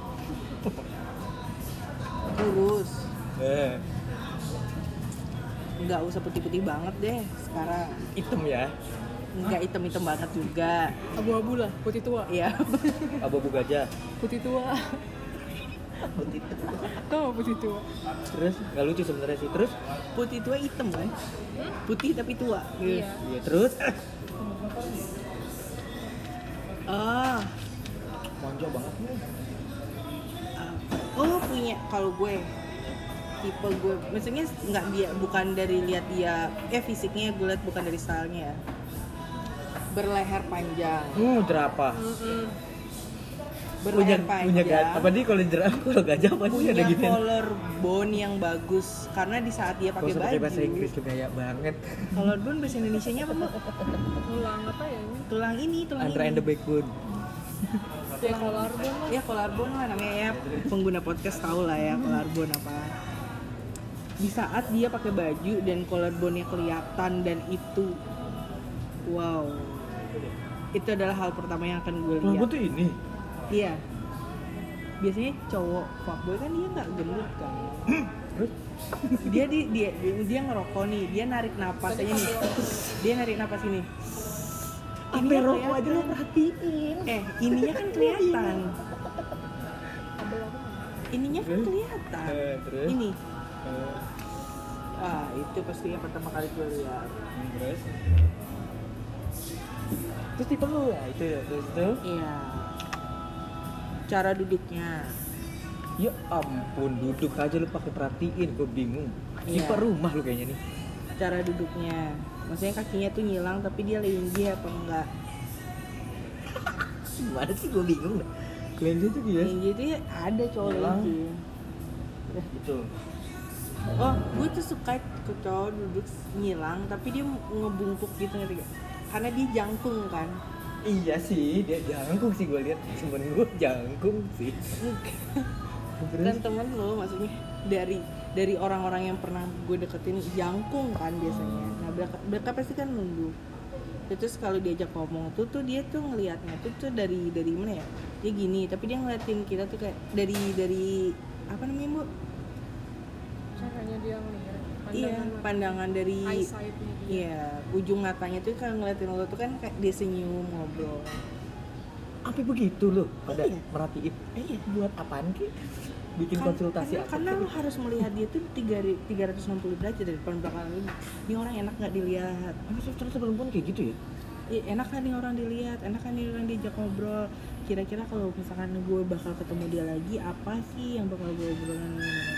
Speaker 2: kurus,
Speaker 1: Eh,
Speaker 2: nggak usah putih-putih banget deh sekarang.
Speaker 1: hitam ya.
Speaker 2: Nggak hitam-hitam banget juga.
Speaker 3: Abu-abu lah, putih tua.
Speaker 2: Iya.
Speaker 1: Abu-abu gajah.
Speaker 3: Putih tua. Tau gak putih tua?
Speaker 1: Terus nggak lucu sebenarnya sih. Terus
Speaker 2: Putih tua hitam kan? Putih tapi tua.
Speaker 3: Iya.
Speaker 1: iya terus
Speaker 2: Ah,
Speaker 1: monjo banget nih.
Speaker 2: oh punya kalau gue tipe gue, maksudnya nggak dia bukan dari lihat dia, eh fisiknya gue lihat bukan dari stylenya ya. Berleher panjang,
Speaker 1: Hmm, jerapah.
Speaker 2: berleher
Speaker 1: Punya
Speaker 2: panjang.
Speaker 1: punya gajah. Apa nih kalau jerapah kalau gajah apa sih
Speaker 2: punya
Speaker 1: ada gitu?
Speaker 2: collarbone yang bagus karena di saat dia pakai
Speaker 1: Pakai
Speaker 2: baju.
Speaker 1: bahasa Inggris lu kayak banget.
Speaker 2: Collarbone bahasa Indonesianya apa? Mbak?
Speaker 3: Tulang apa ya ini?
Speaker 2: Tulang ini, tulang
Speaker 1: Under and
Speaker 2: ini.
Speaker 1: the backbone.
Speaker 3: Ya collarbone lah.
Speaker 2: Ya collarbone lah namanya ya, pengguna podcast tahu lah ya collarbone apa. Di saat dia pakai baju dan collarbone-nya kelihatan dan itu, wow, itu adalah hal pertama yang akan gue
Speaker 1: Kalau
Speaker 2: lihat.
Speaker 1: gua tuh ini.
Speaker 2: Iya. Biasanya cowok fuckboy kan dia nggak gendut kan.
Speaker 1: Terus
Speaker 2: Dia di dia dia, dia ngerokok nih, dia narik napas aja nih. Dia narik napas ini.
Speaker 1: sampai
Speaker 2: Ininya
Speaker 1: rokok aja lu
Speaker 2: kelihatan.
Speaker 1: perhatiin.
Speaker 2: Eh, ininya kan kelihatan.
Speaker 3: Kabel apa?
Speaker 2: Ininya kan
Speaker 1: Terus?
Speaker 2: kelihatan.
Speaker 1: Eh, terus?
Speaker 2: Ini.
Speaker 1: Eh,
Speaker 2: Ah, itu pasti yang pertama kali gue lihat.
Speaker 1: terus terus tipe lu ya itu ya terus itu
Speaker 2: Iya. Cara duduknya.
Speaker 1: ya ampun duduk aja lu pakai perhatiin gue bingung.
Speaker 2: Iya.
Speaker 1: Tipe rumah lu kayaknya nih.
Speaker 2: Cara duduknya. Maksudnya kakinya tuh nyilang tapi dia linggi apa enggak?
Speaker 1: Gimana sih gue bingung dah. Kelenjar tuh dia
Speaker 2: Linggi itu ya ada cowok
Speaker 1: Nyilang.
Speaker 2: linggi.
Speaker 1: gitu.
Speaker 2: Oh, gue tuh suka ke cowok duduk nyilang tapi dia ngebungkuk gitu ngerti gak? Karena dia jangkung kan.
Speaker 1: Iya sih dia jangkung sih gue lihat temen gue jangkung sih.
Speaker 2: Dan temen lo maksudnya dari dari orang-orang yang pernah gue deketin jangkung kan biasanya. Nah mereka, mereka pasti kan nunduk. Terus kalau diajak ngomong tuh tuh dia tuh ngelihatnya tuh tuh dari dari mana ya? Dia gini tapi dia ngeliatin kita tuh kayak dari dari apa namanya bu?
Speaker 3: Caranya dia ngeliat.
Speaker 2: Iya pandangan dari
Speaker 3: eyesight-nya dia.
Speaker 2: iya ujung matanya tuh kalau ngeliatin lo tuh kan kayak dia senyum ngobrol.
Speaker 1: Sampai begitu loh pada
Speaker 2: Iya.
Speaker 1: merhatiin.
Speaker 2: Eh, iya.
Speaker 1: Buat apaan ki? Bikin
Speaker 2: Kan-
Speaker 1: konsultasi
Speaker 2: karena,
Speaker 1: apa?
Speaker 2: karena
Speaker 1: Ki?
Speaker 2: lo harus melihat dia tuh tiga ratus enam puluh derajat dari depan belakang ini. Ini orang enak nggak dilihat?
Speaker 1: Emang sih ternyata perempuan kayak gitu ya?
Speaker 2: Iya, enak kan nih orang dilihat, enak kan nih orang diajak ngobrol. Kira-kira kalau misalkan gue bakal ketemu dia lagi, apa sih yang bakal gue obrolin?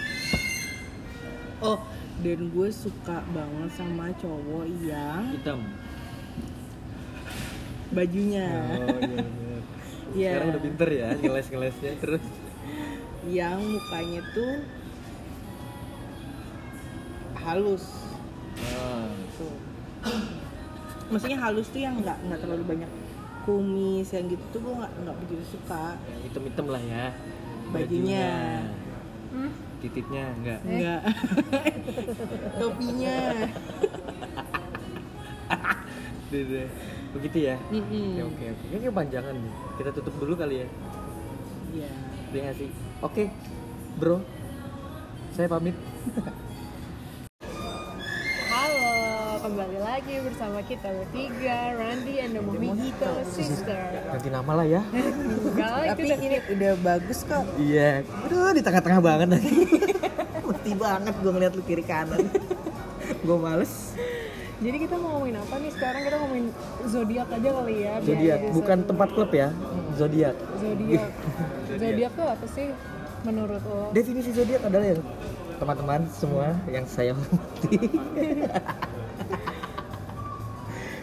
Speaker 2: Oh, dan gue suka banget sama cowok yang
Speaker 1: Hitam.
Speaker 2: bajunya,
Speaker 1: Oh iya bener.
Speaker 2: Iya.
Speaker 1: Sekarang udah pinter ya ngeles-ngelesnya terus.
Speaker 2: yang mukanya tuh halus.
Speaker 1: Ah.
Speaker 2: Tuh. Maksudnya halus tuh yang nggak nggak terlalu banyak kumis yang gitu tuh gue nggak nggak begitu suka.
Speaker 1: Yang hitam-hitam lah ya.
Speaker 2: Bajunya.
Speaker 3: Hmm?
Speaker 1: Titiknya enggak.
Speaker 2: Enggak. Topinya.
Speaker 1: Dede. Begitu ya.
Speaker 2: Mm-mm.
Speaker 1: Ya, oke oke. Ini kepanjangan nih. Kita tutup dulu kali ya.
Speaker 2: Iya.
Speaker 1: Iya nggak sih? Oke, bro. Saya pamit.
Speaker 3: Halo, kembali lagi bersama kita bertiga, Randy and the Mojito Sister.
Speaker 1: Ganti nama lah ya.
Speaker 3: Enggak lah, itu
Speaker 2: Tapi
Speaker 3: udah
Speaker 2: ini udah bagus kok.
Speaker 1: Iya. Aduh, di tengah-tengah banget lagi. Mesti banget gue ngeliat lu kiri kanan. Gue males.
Speaker 3: Jadi kita mau ngomongin apa nih sekarang? Kita ngomongin zodiak aja kali ya. biar
Speaker 1: Zodiak,
Speaker 3: jadi
Speaker 1: bukan
Speaker 3: seru.
Speaker 1: tempat klub ya. Zodiak.
Speaker 3: Zodiak. Zodiak tuh apa sih menurut lo?
Speaker 1: Definisi zodiak adalah yang teman-teman semua yang saya hormati.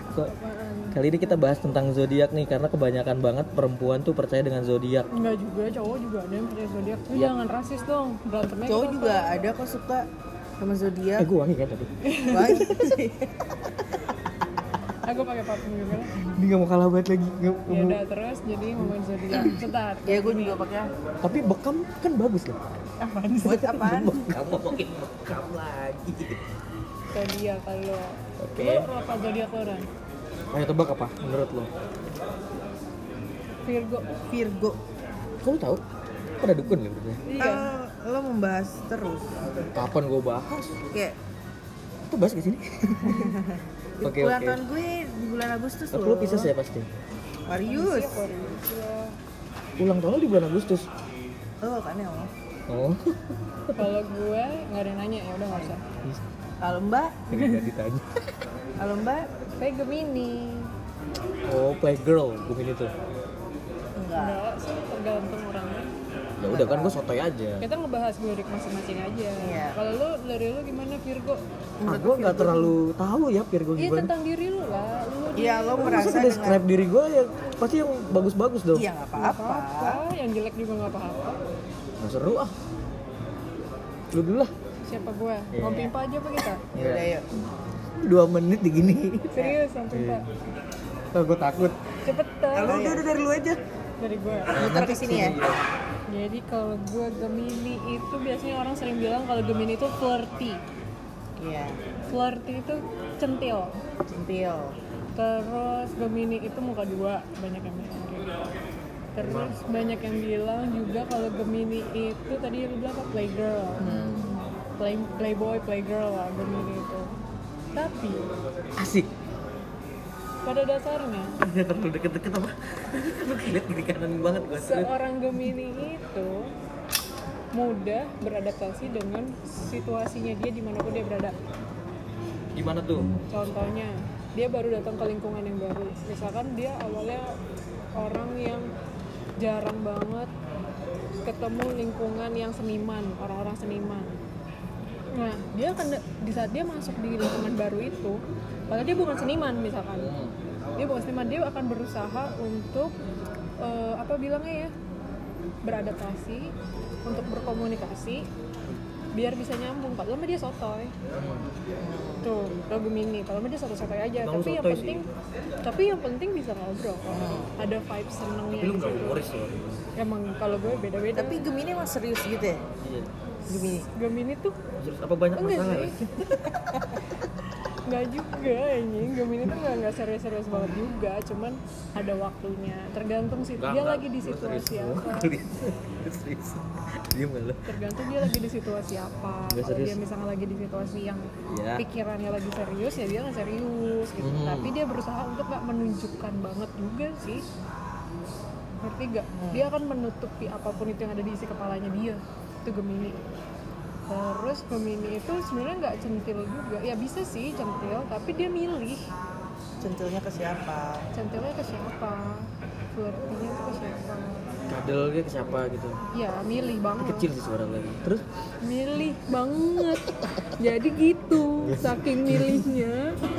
Speaker 1: Kok
Speaker 3: Apaan?
Speaker 1: kali ini kita bahas tentang zodiak nih karena kebanyakan banget perempuan tuh percaya dengan zodiak.
Speaker 3: Enggak juga, cowok juga ada yang percaya zodiak. Lu
Speaker 1: Iya.
Speaker 3: jangan rasis dong. Berantemnya
Speaker 2: Cowok
Speaker 3: kita
Speaker 2: juga ada kok suka sama zodiak.
Speaker 1: Eh gue wangi kan tapi.
Speaker 2: Banyak.
Speaker 3: Aku pakai parfum juga.
Speaker 1: Ini gak mau kalah banget lagi. Nggak- nggak
Speaker 3: Ya
Speaker 1: mau-
Speaker 3: udah terus jadi ngomongin zodiak. Sebentar.
Speaker 2: Ya gue juga pakai.
Speaker 1: Tapi bekam kan bagus loh.
Speaker 3: Apaan sih?
Speaker 2: Buat apaan?
Speaker 1: Bekam ngomongin bekam lagi.
Speaker 3: Zodiak kalau.
Speaker 1: Oke.
Speaker 3: Lu apa zodiak lo, Ran?
Speaker 1: Ayo tebak apa menurut lo?
Speaker 3: Virgo.
Speaker 2: Virgo.
Speaker 1: Kamu tahu? Pada dukun ya berarti.
Speaker 3: Iya.
Speaker 2: Eh, lo membahas terus.
Speaker 1: Kapan gue bahas?
Speaker 2: Kayak
Speaker 1: Kita bahas ke sini. Oke
Speaker 2: ulang
Speaker 1: oke.
Speaker 2: tahun gue di bulan Agustus
Speaker 1: Tapi
Speaker 2: loh.
Speaker 1: lo Pisces ya pasti.
Speaker 2: Marius.
Speaker 1: Ulang tahun lo di bulan Agustus.
Speaker 2: Oh kan ya. Allah.
Speaker 1: Oh.
Speaker 3: Kalau gue nggak ada yang nanya ya udah nggak usah.
Speaker 2: Kalau Mbak,
Speaker 1: Enggak ditanya.
Speaker 2: kalau Mbak
Speaker 3: Saya Gemini.
Speaker 1: Oh, playgirl, bukan itu.
Speaker 2: enggak.
Speaker 3: Enggak sih, tergantung orangnya.
Speaker 1: Ya udah kan gue sotoy aja.
Speaker 3: Kita ngebahas zodiak masing-masing aja.
Speaker 2: Iya.
Speaker 3: Kalau lu dari lu gimana Virgo?
Speaker 1: Ah, gue nggak terlalu tahu ya Virgo
Speaker 3: Iya
Speaker 1: gimana.
Speaker 3: tentang diri lu lah. Lu
Speaker 2: Iya, lo
Speaker 1: Masa
Speaker 2: merasa
Speaker 1: gue describe diri gue ya pasti yang bagus-bagus dong.
Speaker 2: Iya nggak
Speaker 3: nggak
Speaker 2: apa-apa.
Speaker 3: apa-apa, yang jelek juga nggak apa-apa.
Speaker 1: Nggak seru ah. Lu dulu lah.
Speaker 3: Siapa gue?
Speaker 1: Iya.
Speaker 3: Ngopi apa aja apa kita?
Speaker 2: Ya udah yuk.
Speaker 1: Dua menit di gini.
Speaker 3: Serius, sampai
Speaker 1: Iya.
Speaker 3: Pak.
Speaker 1: Oh, gue takut.
Speaker 3: Cepetan.
Speaker 2: Kalau udah udah dari lu aja.
Speaker 3: Dari gue.
Speaker 2: Muter ke sini ya.
Speaker 3: Jadi kalau gue Gemini itu biasanya orang sering bilang kalau Gemini itu flirty.
Speaker 2: Iya.
Speaker 3: Flirty itu centil.
Speaker 2: Centil.
Speaker 3: Terus Gemini itu muka dua, banyak yang bilang kayak gitu. Terus banyak yang bilang juga kalau Gemini itu tadi lu bilang apa? Playgirl. Play, playboy, playgirl lah Gemini itu. Tapi
Speaker 1: Asik.
Speaker 3: pada dasarnya
Speaker 1: Udah terlalu deket-deket apa? Lu lihat kiri kanan banget gue.
Speaker 3: seorang Gemini itu mudah beradaptasi dengan situasinya dia dimanapun dia berada.
Speaker 1: Gimana tuh?
Speaker 3: Contohnya, dia baru datang ke lingkungan yang baru. Misalkan dia awalnya orang yang jarang banget ketemu lingkungan yang seniman, orang-orang seniman. Nah, dia akan di saat dia masuk di lingkungan baru itu, padahal dia bukan seniman misalkan. Dia bukan seniman, dia akan berusaha untuk eh, apa bilangnya ya? Beradaptasi, untuk berkomunikasi biar bisa nyambung. Padahal mah dia sotoy. Tuh, lo Gemini, kalau mah dia sotoy-sotoy aja,
Speaker 1: Emang lu
Speaker 3: tapi yang
Speaker 1: sotoy
Speaker 3: penting tapi yang penting bisa ngobrol kok. Ada vibe senengnya
Speaker 1: Tapi lu
Speaker 3: di
Speaker 1: nggak
Speaker 3: situ.
Speaker 1: humoris loh.
Speaker 3: Emang kalau gue beda-beda.
Speaker 2: Tapi Gemini emang serius gitu ya?
Speaker 1: Iya.
Speaker 2: Gemini.
Speaker 3: Gemini tuh
Speaker 1: Terus apa banyak
Speaker 3: enggak
Speaker 1: masalah?
Speaker 3: sih. Enggak juga anjing. Gemini tuh enggak enggak serius-serius banget juga, cuman ada waktunya. Tergantung sih
Speaker 1: Enggak,
Speaker 3: dia
Speaker 1: enggak.
Speaker 3: lagi di
Speaker 1: Lu
Speaker 3: situasi
Speaker 1: serius.
Speaker 3: apa.
Speaker 1: Lu serius. Diam nggak lu?
Speaker 3: Tergantung dia lagi di situasi apa.
Speaker 1: Enggak
Speaker 3: Kalau
Speaker 1: serius.
Speaker 3: dia misalnya lagi di situasi yang
Speaker 1: Iya.
Speaker 3: pikirannya lagi serius ya dia nggak serius gitu.
Speaker 1: Hmm.
Speaker 3: Tapi dia berusaha untuk nggak menunjukkan banget juga sih. Ngerti gak? Dia akan menutupi apapun itu yang ada di isi kepalanya dia. Itu Gemini. Terus Gemini itu sebenarnya nggak centil juga. Ya bisa sih centil, tapi dia milih
Speaker 2: Centilnya ke siapa?
Speaker 3: centilnya ke siapa, flirtinya itu ke siapa.
Speaker 1: Kadelnya ke siapa gitu.
Speaker 3: Ya milih banget.
Speaker 1: Kecil sih suara lagi. Terus
Speaker 3: Milih banget. Jadi gitu, saking milihnya.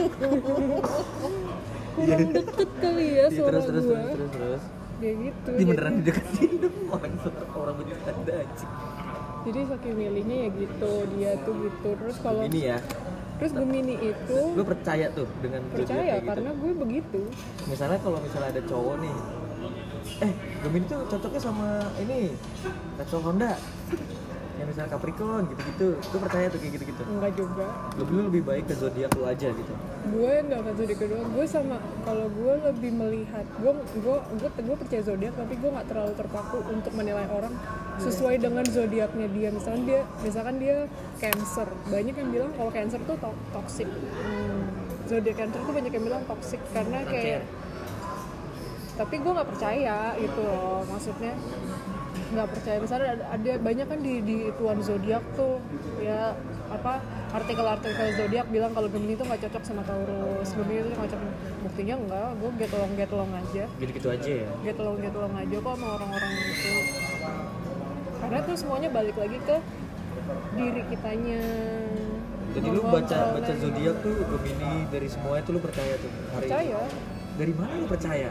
Speaker 3: Kurang deket kali ya
Speaker 1: Iya,
Speaker 3: suara
Speaker 1: terus terus
Speaker 3: gua.
Speaker 1: terus terus terus.
Speaker 3: Kayak gitu.
Speaker 1: Ini beneran dideketin dong orang orang bercanda aja.
Speaker 3: Jadi saking milihnya ya gitu, dia tuh gitu. Terus kalau
Speaker 1: Ini ya,
Speaker 3: terus Gemini itu
Speaker 1: lu percaya tuh dengan zodiak
Speaker 3: percaya
Speaker 1: kayak gitu?
Speaker 3: karena gue begitu.
Speaker 1: Misalnya kalau misalnya ada cowok nih, eh Gemini tuh cocoknya sama ini Repsol Honda, yang misalnya Capricorn gitu-gitu, lu percaya tuh kayak gitu-gitu?
Speaker 3: Enggak juga.
Speaker 1: Lebih lu lebih baik ke zodiak lu aja gitu.
Speaker 3: Gue nggak akan zodiak kedua. Gue sama kalau gue lebih melihat gue gue gue gue percaya zodiak tapi gue nggak terlalu terpaku untuk menilai orang sesuai dengan zodiaknya dia. Misalkan dia misalkan dia Cancer, banyak yang bilang kalau Cancer tuh to- toxic. Hmm. Zodiak Cancer tuh banyak yang bilang toxic karena kayak tapi gue nggak percaya gitu loh, maksudnya nggak percaya. Misalnya ada, ada banyak kan di di tuan zodiak tuh ya apa artikel-artikel zodiak bilang kalau Gemini itu nggak cocok sama Taurus, Gemini itu nggak cocok. Buktinya enggak, gue get along get along aja,
Speaker 1: Gitu-gitu aja ya.
Speaker 3: get along get along aja kok sama orang-orang itu. Karena tuh semuanya balik lagi ke diri kitanya.
Speaker 1: Jadi lu
Speaker 3: Ngontrol
Speaker 1: baca baca
Speaker 3: dan-
Speaker 1: zodiak tuh Gemini dari semua itu lu percaya tuh hari ini?
Speaker 3: Percaya.
Speaker 1: Dari mana lu percaya?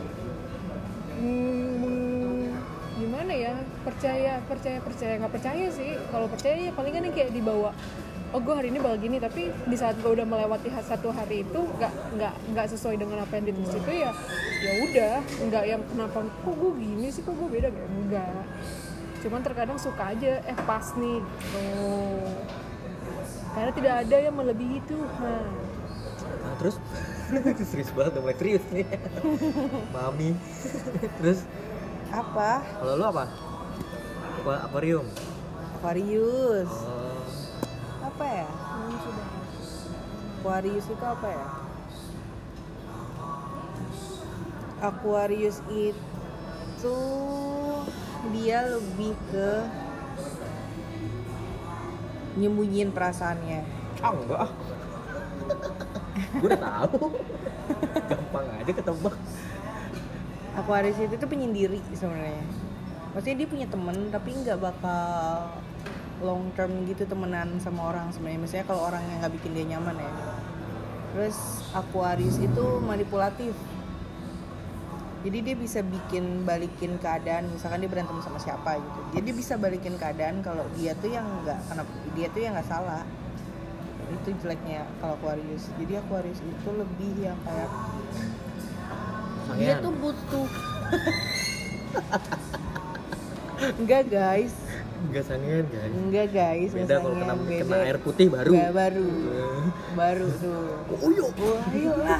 Speaker 3: Hmm, gimana ya, percaya percaya percaya nggak percaya sih. Kalau percaya ya palingan yang kayak dibawa, oh gue hari ini bakal gini, tapi di saat gue udah melewati ha- satu hari itu nggak nggak nggak sesuai dengan apa yang ditulis itu ya ya udah, nggak yang kenapa kok gue gini sih, kok gue beda, kayak enggak. Cuman terkadang suka aja eh pas nih gitu, karena tidak ada yang melebihi Tuhan.
Speaker 1: Nah, terus serius banget, udah mulai serius nih. Mami. Terus
Speaker 2: Apa?
Speaker 1: kalau lu apa? Apa akuarium?
Speaker 2: Aquarius.
Speaker 1: Oh,
Speaker 2: Apa ya?
Speaker 3: Hmm, sudah.
Speaker 2: Aquarius itu apa ya? Aquarius itu dia lebih ke nyembunyiin perasaannya.
Speaker 1: ah enggak. Gue udah tahu. Gampang aja ketebak.
Speaker 2: Aquarius itu tuh penyendiri sebenarnya. Maksudnya dia punya temen tapi nggak bakal long term gitu temenan sama orang sebenarnya. Misalnya kalau orang yang nggak bikin dia nyaman ya. Terus Aquarius itu manipulatif. Jadi dia bisa bikin balikin keadaan, misalkan dia berantem sama siapa gitu. Jadi dia bisa balikin keadaan kalau dia tuh yang nggak, kenapa dia tuh yang nggak salah. Itu jeleknya kalau Aquarius. Jadi Aquarius itu lebih yang kayak dia
Speaker 1: Sangean.
Speaker 2: tuh butuh. Enggak guys,
Speaker 1: Enggak sangean kan?
Speaker 2: enggak guys.
Speaker 1: Beda kalau kena,
Speaker 2: beda.
Speaker 1: kena air putih baru.
Speaker 2: Enggak, baru,
Speaker 1: Eh.
Speaker 2: baru tuh.
Speaker 1: Oh yuk.
Speaker 2: Wah, ayolah.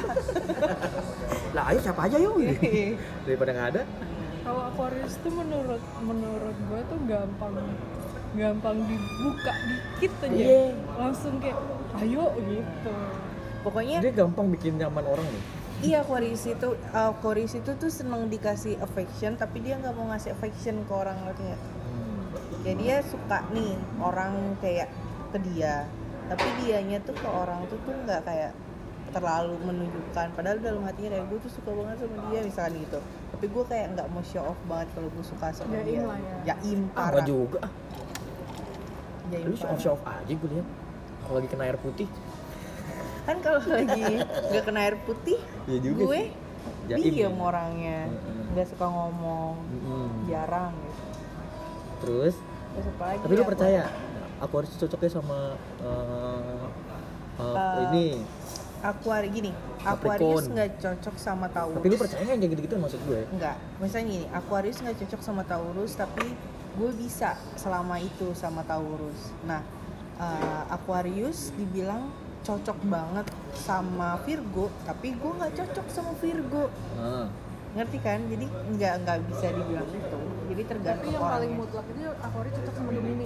Speaker 1: Lah ayo siapa aja yuk. Daripada nggak ada.
Speaker 3: Kalau Aquarius tuh menurut menurut gue tuh gampang gampang dibuka dikit aja,
Speaker 1: Iya.
Speaker 3: langsung kayak ayo gitu.
Speaker 2: Pokoknya
Speaker 1: Dia gampang bikin nyaman orang nih.
Speaker 2: iya, Aquarius itu Aquarius itu tuh seneng dikasih affection tapi dia nggak mau ngasih affection ke orang, ngerti nggak? Ya dia suka nih orang kayak ke dia, tapi dianya tuh ke orang tuh tuh nggak kayak terlalu menunjukkan, padahal dalam hatinya kayak gue tuh suka banget sama dia misalkan gitu, tapi gue kayak nggak mau show off banget kalau gue suka sama
Speaker 3: Jaim
Speaker 2: dia.
Speaker 3: lah ya.
Speaker 2: Jaim
Speaker 1: Ah
Speaker 2: parah.
Speaker 1: nggak juga. ah.
Speaker 2: Jaim
Speaker 1: Lu show
Speaker 2: parah.
Speaker 1: off show off aja gue lihat. Kalau lagi kena air putih.
Speaker 2: Kan kalau lagi nggak kena air putih,
Speaker 1: Iya juga
Speaker 2: gue
Speaker 1: sih. Jaim
Speaker 2: diem
Speaker 1: ya.
Speaker 2: orangnya,
Speaker 1: Mm-mm.
Speaker 2: nggak suka ngomong,
Speaker 1: Mm-mm.
Speaker 2: jarang gitu.
Speaker 1: Terus,
Speaker 2: Terus apa lagi
Speaker 1: tapi lu
Speaker 2: ya,
Speaker 1: percaya Aquarius cocoknya sama eh, eh,
Speaker 2: Eh,
Speaker 1: ini?
Speaker 2: Aquarius gini,
Speaker 1: Capricorn.
Speaker 2: Aquarius nggak cocok sama Taurus.
Speaker 1: Tapi lu percaya nggak kayak gitu-gitu maksud gue?
Speaker 2: Enggak, misalnya gini, Aquarius nggak cocok sama Taurus, tapi gue bisa selama itu sama Taurus. Nah, uh, Aquarius dibilang cocok banget sama Virgo, tapi gue nggak cocok sama Virgo,
Speaker 1: Nah,
Speaker 2: ngerti kan? Jadi nggak nggak bisa dibilang itu. Jadi
Speaker 3: Tapi
Speaker 2: tergantung
Speaker 3: yang paling
Speaker 2: orangnya.
Speaker 3: mutlak itu Aquarius cocok sama Gemini.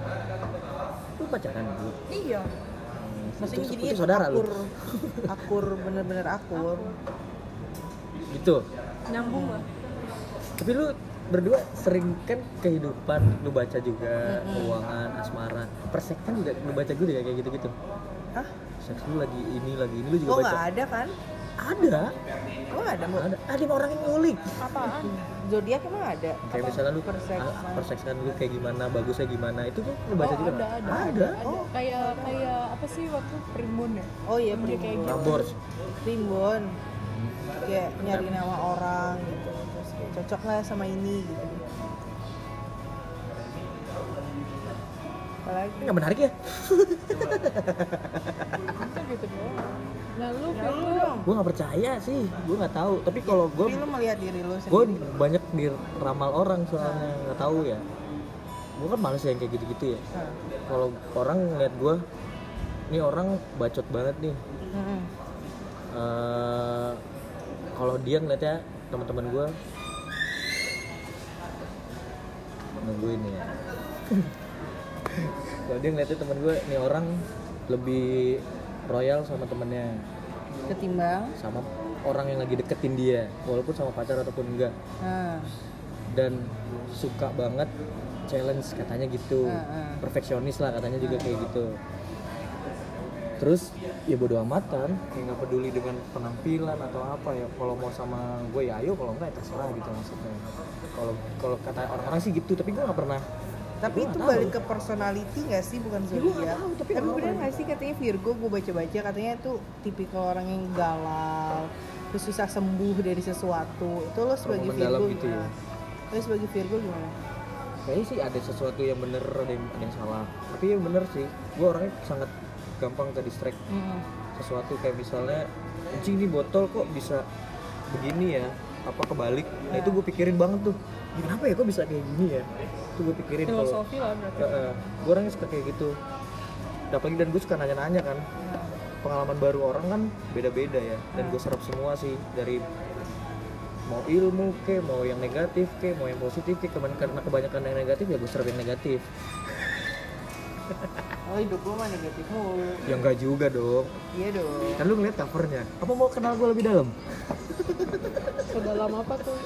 Speaker 1: lu pacaran dulu.
Speaker 3: Iya.
Speaker 2: Maksudnya
Speaker 1: Itu-
Speaker 2: jadi
Speaker 1: itu saudara lu.
Speaker 2: akur, akur bener-bener akur.
Speaker 1: Gitu.
Speaker 3: Nyambung lah.
Speaker 1: Tapi lu berdua sering kan kehidupan lu baca juga,
Speaker 2: Mm-mm.
Speaker 1: keuangan, asmara, persek kan juga lu baca juga ya kayak gitu-gitu.
Speaker 2: Hah?
Speaker 1: Seks lu lagi ini lagi ini lu juga
Speaker 2: Oh
Speaker 1: baca.
Speaker 2: nggak ada kan?
Speaker 1: Ada.
Speaker 2: Oh nggak ada.
Speaker 1: Ada. Ada orang yang ngulik.
Speaker 3: Apaan?
Speaker 2: Zodiak emang ada.
Speaker 1: Kayak
Speaker 2: Apa?
Speaker 1: misalnya lu
Speaker 2: Perseksan.
Speaker 1: ah, perseksan lu kayak gimana, bagusnya gimana, itu kan lu baca
Speaker 3: Oh,
Speaker 1: juga.
Speaker 3: ada,
Speaker 1: nggak?
Speaker 3: ada,
Speaker 1: Ada.
Speaker 2: Oh.
Speaker 3: Kayak kayak apa sih waktu primbon ya?
Speaker 2: Oh iya,
Speaker 3: Dia kayak
Speaker 2: primbon.
Speaker 3: gitu.
Speaker 1: Prambors.
Speaker 2: Primbon. Kayak nyari nama orang gitu. Terus kayak cocok lah sama ini gitu. Apalagi?
Speaker 1: Ini nggak menarik ya?
Speaker 3: Bisa gitu doang. Nah lu
Speaker 2: Ya,
Speaker 3: film
Speaker 2: lu dong.
Speaker 1: Gue nggak percaya sih, gue nggak tahu. Tapi kalau gue
Speaker 2: Tapi lu melihat diri lu
Speaker 1: gue
Speaker 2: sendiri.
Speaker 1: banyak diramal orang soalnya nggak tahu ya. Gue kan males ya yang kayak gitu-gitu ya.
Speaker 2: Nah.
Speaker 1: Kalau orang ngeliat gue, ini orang bacot banget nih.
Speaker 2: Mm-mm.
Speaker 1: Eh, kalau dia ngeliatnya teman-teman gue nungguin ya. Kalau dia ngeliatnya teman gue, nih orang lebih royal sama temennya,
Speaker 2: Ketimbang.
Speaker 1: sama orang yang lagi deketin dia, walaupun sama pacar ataupun enggak.
Speaker 2: Nah.
Speaker 1: Dan suka banget challenge katanya gitu,
Speaker 2: Uh, uh.
Speaker 1: perfeksionis lah katanya juga kayak gitu. Terus ya bodo amatan, kayak nggak peduli dengan penampilan atau apa ya. Kalau mau sama gue ya ayo, kalau enggak ya terserah gitu maksudnya. Kalau kalau kata orang-orang sih gitu, tapi gue nggak pernah.
Speaker 2: Tapi
Speaker 1: Gua
Speaker 2: itu
Speaker 1: nggak
Speaker 2: balik
Speaker 1: tahu.
Speaker 2: ke personality nggak sih, bukan
Speaker 1: Ya, gua nggak
Speaker 2: zodiak.
Speaker 1: tahu, tapi
Speaker 2: Tapi
Speaker 1: apa
Speaker 2: bener
Speaker 1: ya?
Speaker 2: nggak sih katanya Virgo, gue baca-baca katanya itu tipikal orang yang galau, terus susah sembuh dari sesuatu. Itu lo sebagai
Speaker 1: Terlalu mendalam
Speaker 2: Virgo
Speaker 1: gitu ya.
Speaker 2: gimana? Lo sebagai Virgo gimana?
Speaker 1: Kayaknya sih ada sesuatu yang bener, ada yang, ada yang salah. Tapi yang bener sih, gue orangnya sangat gampang ke distract
Speaker 2: Hmm.
Speaker 1: sesuatu, kayak misalnya anjing ini botol kok bisa begini ya, apa kebalik. Nah itu gue pikirin banget tuh, "Ya, kenapa ya kok bisa kayak gini ya?" Itu gue pikirin. kalau
Speaker 3: Filosofi lah berarti.
Speaker 1: gue orangnya suka kayak gitu. Apalagi dan gue suka nanya-nanya kan, pengalaman baru orang kan beda-beda ya, dan gue serap semua sih, dari mau ilmu ke, mau yang negatif ke, mau yang positif ke. Kemen- karena kebanyakan yang negatif ya gue serap yang negatif.
Speaker 2: Oh hidup lo mah negatif mulu.
Speaker 1: Ya enggak juga dong,
Speaker 2: Iya dong.
Speaker 1: kan lu ngeliat covernya. Apa mau kenal gue lebih dalam?
Speaker 3: Sedalam apa tuh?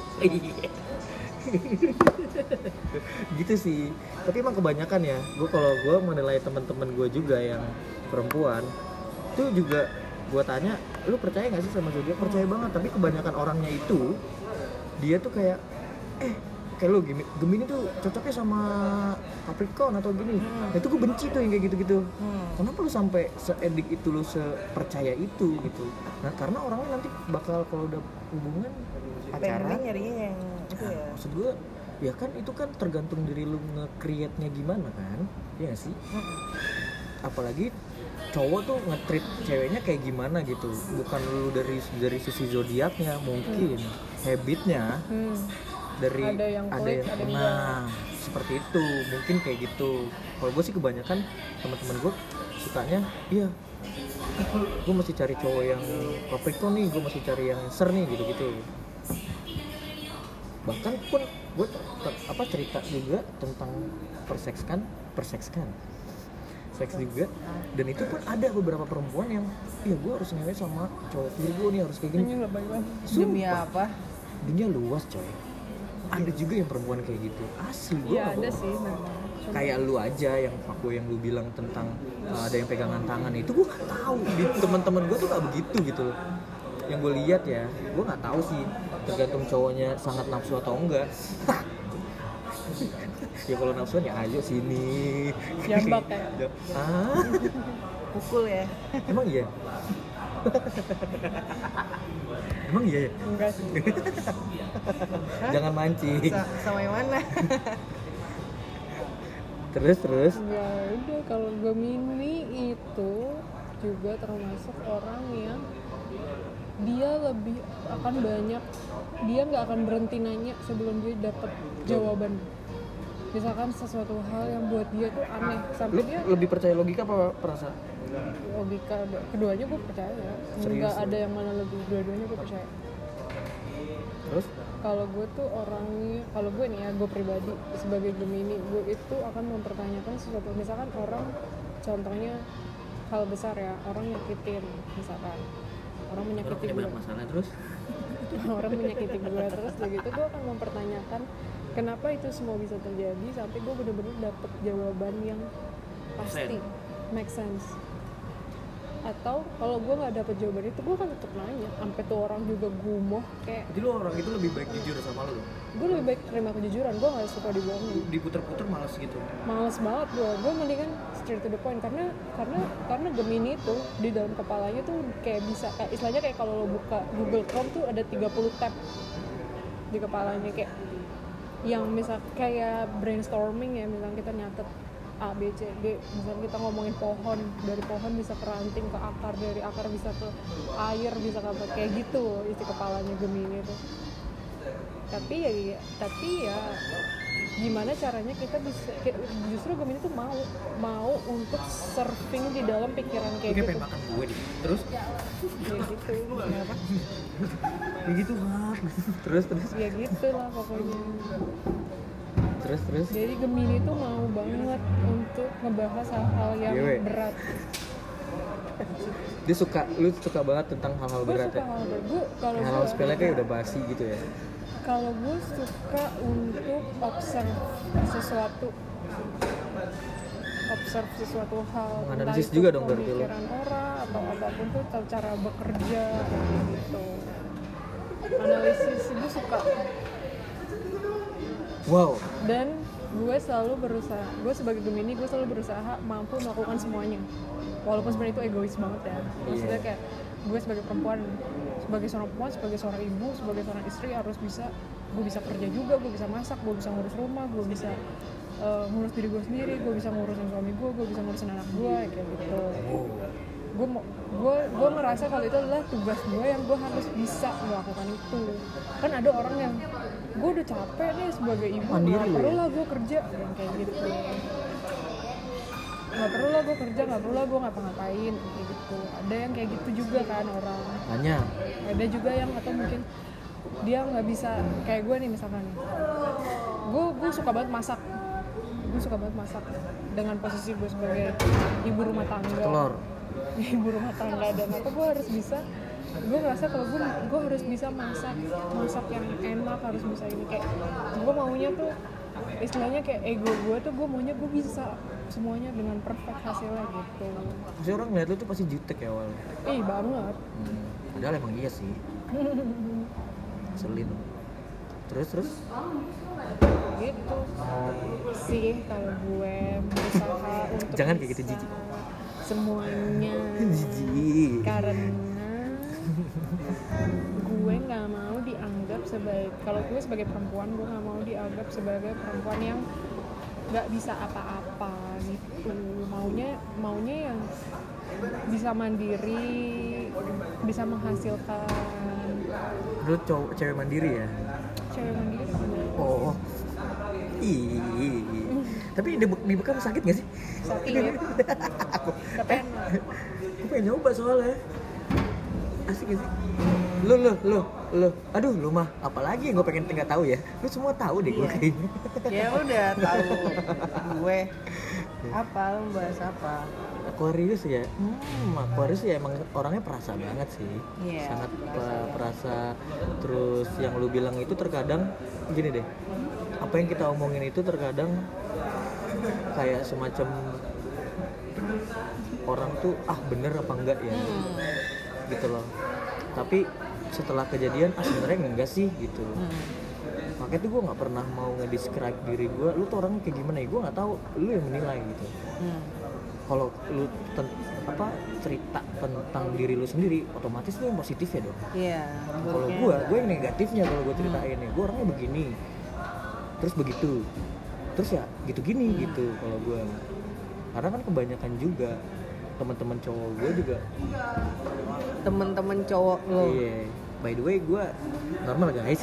Speaker 1: Gitu sih. Tapi emang kebanyakan ya, gue kalau gue menilai teman-teman gue juga yang perempuan itu juga gue tanya, lu percaya nggak sih sama zodiak? Percaya banget. Tapi kebanyakan orangnya itu dia tuh kayak eh kayak lu Gemini, Gemini tuh cocoknya sama Capricorn atau gini. Nah, itu gue benci tuh yang kayak gitu-gitu.
Speaker 2: Hmm.
Speaker 1: Kenapa lu sampai seedik itu, lu sepercaya itu gitu? Nah karena orangnya nanti bakal kalau udah hubungan pacaran,
Speaker 2: Pengennya nyarinya yang itu ya.
Speaker 1: maksud gue ya kan itu kan tergantung diri lu nge-create-nya gimana kan, ya nggak sih? Apalagi cowok tuh nge-treat ceweknya kayak gimana gitu, bukan lu dari dari sisi zodiaknya, mungkin habitnya
Speaker 3: Hmm.
Speaker 1: dari
Speaker 3: Ada yang klik, ada yang
Speaker 1: nah seperti itu mungkin kayak gitu. Kalau gue sih kebanyakan teman-teman gue sukanya iya gue mesti cari cowok yang Capricorn nih, gue mesti cari yang ser nih gitu-gitu. Bahkan pun gue apa cerita juga tentang persekskan persekskan seks juga, dan itu pun ada beberapa perempuan yang iya gue harus ngewe sama cowok Virgo nih, harus kayak gini.
Speaker 3: Ini nggak baik banget.
Speaker 2: Demi
Speaker 1: Sumpah.
Speaker 2: apa?
Speaker 1: Dunia luas coy, ada juga yang perempuan kayak gitu asli. Gue
Speaker 3: Iya ada sih memang. Cuma-
Speaker 1: kayak lu aja yang fuckboy yang lu bilang tentang uh, ada yang pegangan tangan itu gue nggak tahu, di teman-teman gue tuh nggak begitu gitu loh. Yang gue lihat ya, gue nggak tahu sih tergantung cowoknya sangat nafsu atau enggak. Ya kalau nafsuan ya ayo sini
Speaker 3: Jambak ya?
Speaker 1: Ah,
Speaker 2: Pukul ya.
Speaker 1: emang iya. Emang iya ya?
Speaker 3: Enggak sih.
Speaker 1: Jangan mancing.
Speaker 2: Sa- sama yang mana?
Speaker 1: Terus terus.
Speaker 3: Ya udah, kalau Gemini itu juga termasuk orang yang dia lebih akan banyak, dia nggak akan berhenti nanya sebelum dia dapat jawaban. Misalkan sesuatu hal yang buat dia tuh aneh
Speaker 1: Lu
Speaker 3: sampai dia
Speaker 1: lebih percaya logika apa perasaan?
Speaker 3: logika, keduanya gue percaya.
Speaker 1: Serius
Speaker 3: Nggak
Speaker 1: lu?
Speaker 3: ada yang mana lebih, dua-duanya gue percaya.
Speaker 1: Terus?
Speaker 3: Kalau gue tuh orangnya, kalau gue nih ya, gue pribadi sebagai Gemini, gue itu akan mempertanyakan sesuatu. Misalkan orang, contohnya hal besar ya, orang nyakitin, misalkan orang menyakiti gue,
Speaker 1: masalah terus.
Speaker 3: orang menyakiti gue terus, begitu gue akan mempertanyakan kenapa itu semua bisa terjadi sampai gue bener-bener dapet jawaban yang pasti, make sense. Atau kalau gue nggak dapet jawaban itu, gue akan tetap nanya sampai tuh orang juga gumoh kayak.
Speaker 1: Jadi lu orang itu lebih baik jujur sama lu?
Speaker 3: Gue lebih baik terima kejujuran, gue nggak suka dibohongin.
Speaker 1: Diputer-puter malas gitu.
Speaker 3: Males banget gue, gue mendingan straight to the point. Karena karena karena Gemini itu di dalam kepalanya tuh kayak bisa, kayak istilahnya kayak kalau lo buka Google Chrome tuh ada tiga puluh tab di kepalanya, kayak yang misal kayak brainstorming ya, misalnya kita nyatet A, B, C, D, misalnya kita ngomongin pohon, dari pohon bisa ke ranting, ke akar, dari akar bisa ke air, bisa ke apa, kayak gitu isi kepalanya Gemini itu. Tapi ya, ya tapi ya gimana caranya kita bisa, justru Gemini tuh mau mau untuk surfing di dalam pikiran kayak
Speaker 1: Gue
Speaker 3: gitu.
Speaker 1: pengen makan gue deh. Terus?
Speaker 3: Ya gitu, kenapa?
Speaker 1: Ya gitu kan. Terus terus.
Speaker 3: Ya gitu lah pokoknya.
Speaker 1: Terus terus.
Speaker 3: Jadi Gemini tuh mau banget untuk ngebahas hal-hal yang
Speaker 1: Yewe.
Speaker 3: berat.
Speaker 1: Dia suka, lu suka banget tentang hal-hal
Speaker 3: Gue
Speaker 1: berat
Speaker 3: suka
Speaker 1: ya.
Speaker 3: hal berat. Gue kalau
Speaker 1: Hal-hal
Speaker 3: gue
Speaker 1: sepele kayak udah basi gitu ya.
Speaker 3: kalau gue suka untuk observe sesuatu, observe sesuatu hal,
Speaker 1: Menganalisis
Speaker 3: entah itu
Speaker 1: juga dong berarti lo.
Speaker 3: pemikiran orang atau apapun tuh, atau cara bekerja gitu. Analisis gue suka.
Speaker 1: Wow.
Speaker 3: Dan gue selalu berusaha, gue sebagai Gemini gue selalu berusaha mampu melakukan semuanya, walaupun sebenarnya itu egois banget ya. Maksudnya kayak gue sebagai perempuan, sebagai seorang perempuan, sebagai seorang ibu, sebagai seorang istri harus bisa, gue bisa kerja juga, gue bisa masak, gue bisa ngurus rumah, gue bisa uh, ngurus diri gue sendiri, gue bisa ngurusin suami gue, gue bisa ngurusin anak gue, kayak gitu. Gue mau, gue gue ngerasa kalau itu adalah tugas gue yang gue harus bisa melakukan itu. Kan ada orang yang gue udah capek nih sebagai ibu, nggak perlu lah gue kerja, yang kayak gitu. Nggak perlu lah gue kerja, nggak perlu lah gue ngapa-ngapain, kayak gitu. Ada yang kayak gitu juga kan orang.
Speaker 1: Banyak.
Speaker 3: Ada juga yang atau mungkin dia nggak bisa kayak gue nih misalkan. Gue gue suka banget masak. Gue suka banget masak dengan posisi gue sebagai ibu rumah tangga.
Speaker 1: Telur.
Speaker 3: Ibu rumah tangga, dan apa gue harus bisa, gue ngerasa kalau gue gue harus bisa masak masak yang enak, harus bisa ini, kayak gue maunya tuh istilahnya kayak ego gue tuh, gue maunya gue bisa semuanya dengan perfect hasilnya gitu.
Speaker 1: Pasti orang ngeliat lu tuh pasti jutek ya awalnya.
Speaker 3: Ih banget.
Speaker 1: Hmm. Padahal emang iya sih. Selin. Terus terus.
Speaker 3: Gitu sih kalau gue berusaha untuk
Speaker 1: jangan kayak gitu jijik.
Speaker 3: Semuanya
Speaker 1: jijik.
Speaker 3: Karena gue nggak mau dianggap sebagai, kalau gue sebagai perempuan gue nggak mau dianggap sebagai perempuan yang nggak bisa apa-apa gitu. Maunya maunya yang bisa mandiri, bisa menghasilkan.
Speaker 1: Lu cowok cewek mandiri ya?
Speaker 3: Cewek mandiri.
Speaker 1: Oh. Ih. Tapi di, di bekam sakit gak sih?
Speaker 3: Sakit ya.
Speaker 1: Aku
Speaker 3: Tapi enak.
Speaker 1: Aku pengen nyoba soalnya. Asik gak sih? Lu lu lu lu. Aduh lu mah apalagi yang gue pengen nggak tahu ya. Lu semua tahu deh gue
Speaker 2: Iya.
Speaker 1: kayaknya.
Speaker 2: Ya udah tahu gue apa, lu bahas apa?
Speaker 1: Aquarius ya. Hmm, Aquarius ya emang orangnya perasa banget sih.
Speaker 2: Iya,
Speaker 1: Sangat
Speaker 2: perasa.
Speaker 1: perasa. perasa. Terus yang lu bilang itu terkadang gini deh. Apa yang kita omongin itu terkadang kayak semacam orang tuh ah bener apa enggak ya,
Speaker 2: Hmm.
Speaker 1: gitu loh. Tapi setelah kejadian ah sebenarnya enggak sih gitu.
Speaker 2: Hmm.
Speaker 1: Makanya tuh gue nggak pernah mau nge-describe diri gue. Lu tuh orangnya kayak gimana ya? Gue nggak tahu. Lu yang menilai gitu.
Speaker 2: Hmm.
Speaker 1: Kalau lu ten- apa cerita tentang diri lu sendiri, otomatis lu yang positif ya dong.
Speaker 2: Iya.
Speaker 1: Kalau
Speaker 2: buruknya
Speaker 1: gue,
Speaker 2: enggak.
Speaker 1: gue yang negatifnya kalau gue ceritain ya. Gue orangnya begini, terus begitu, terus ya gitu gini gitu. Kalau gue, karena kan kebanyakan juga teman-teman cowok gue juga.
Speaker 2: Temen-temen cowok lo.
Speaker 1: Iya. By the way, gue normal guys.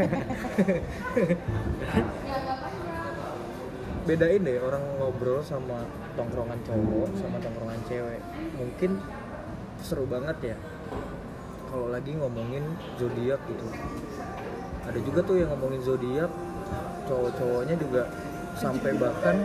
Speaker 1: Bedain deh orang ngobrol sama tongkrongan cowok sama tongkrongan cewek. Mungkin seru banget ya kalau lagi ngomongin zodiak gitu. Ada juga tuh yang ngomongin zodiak, cowok-cowoknya juga sampai bahkan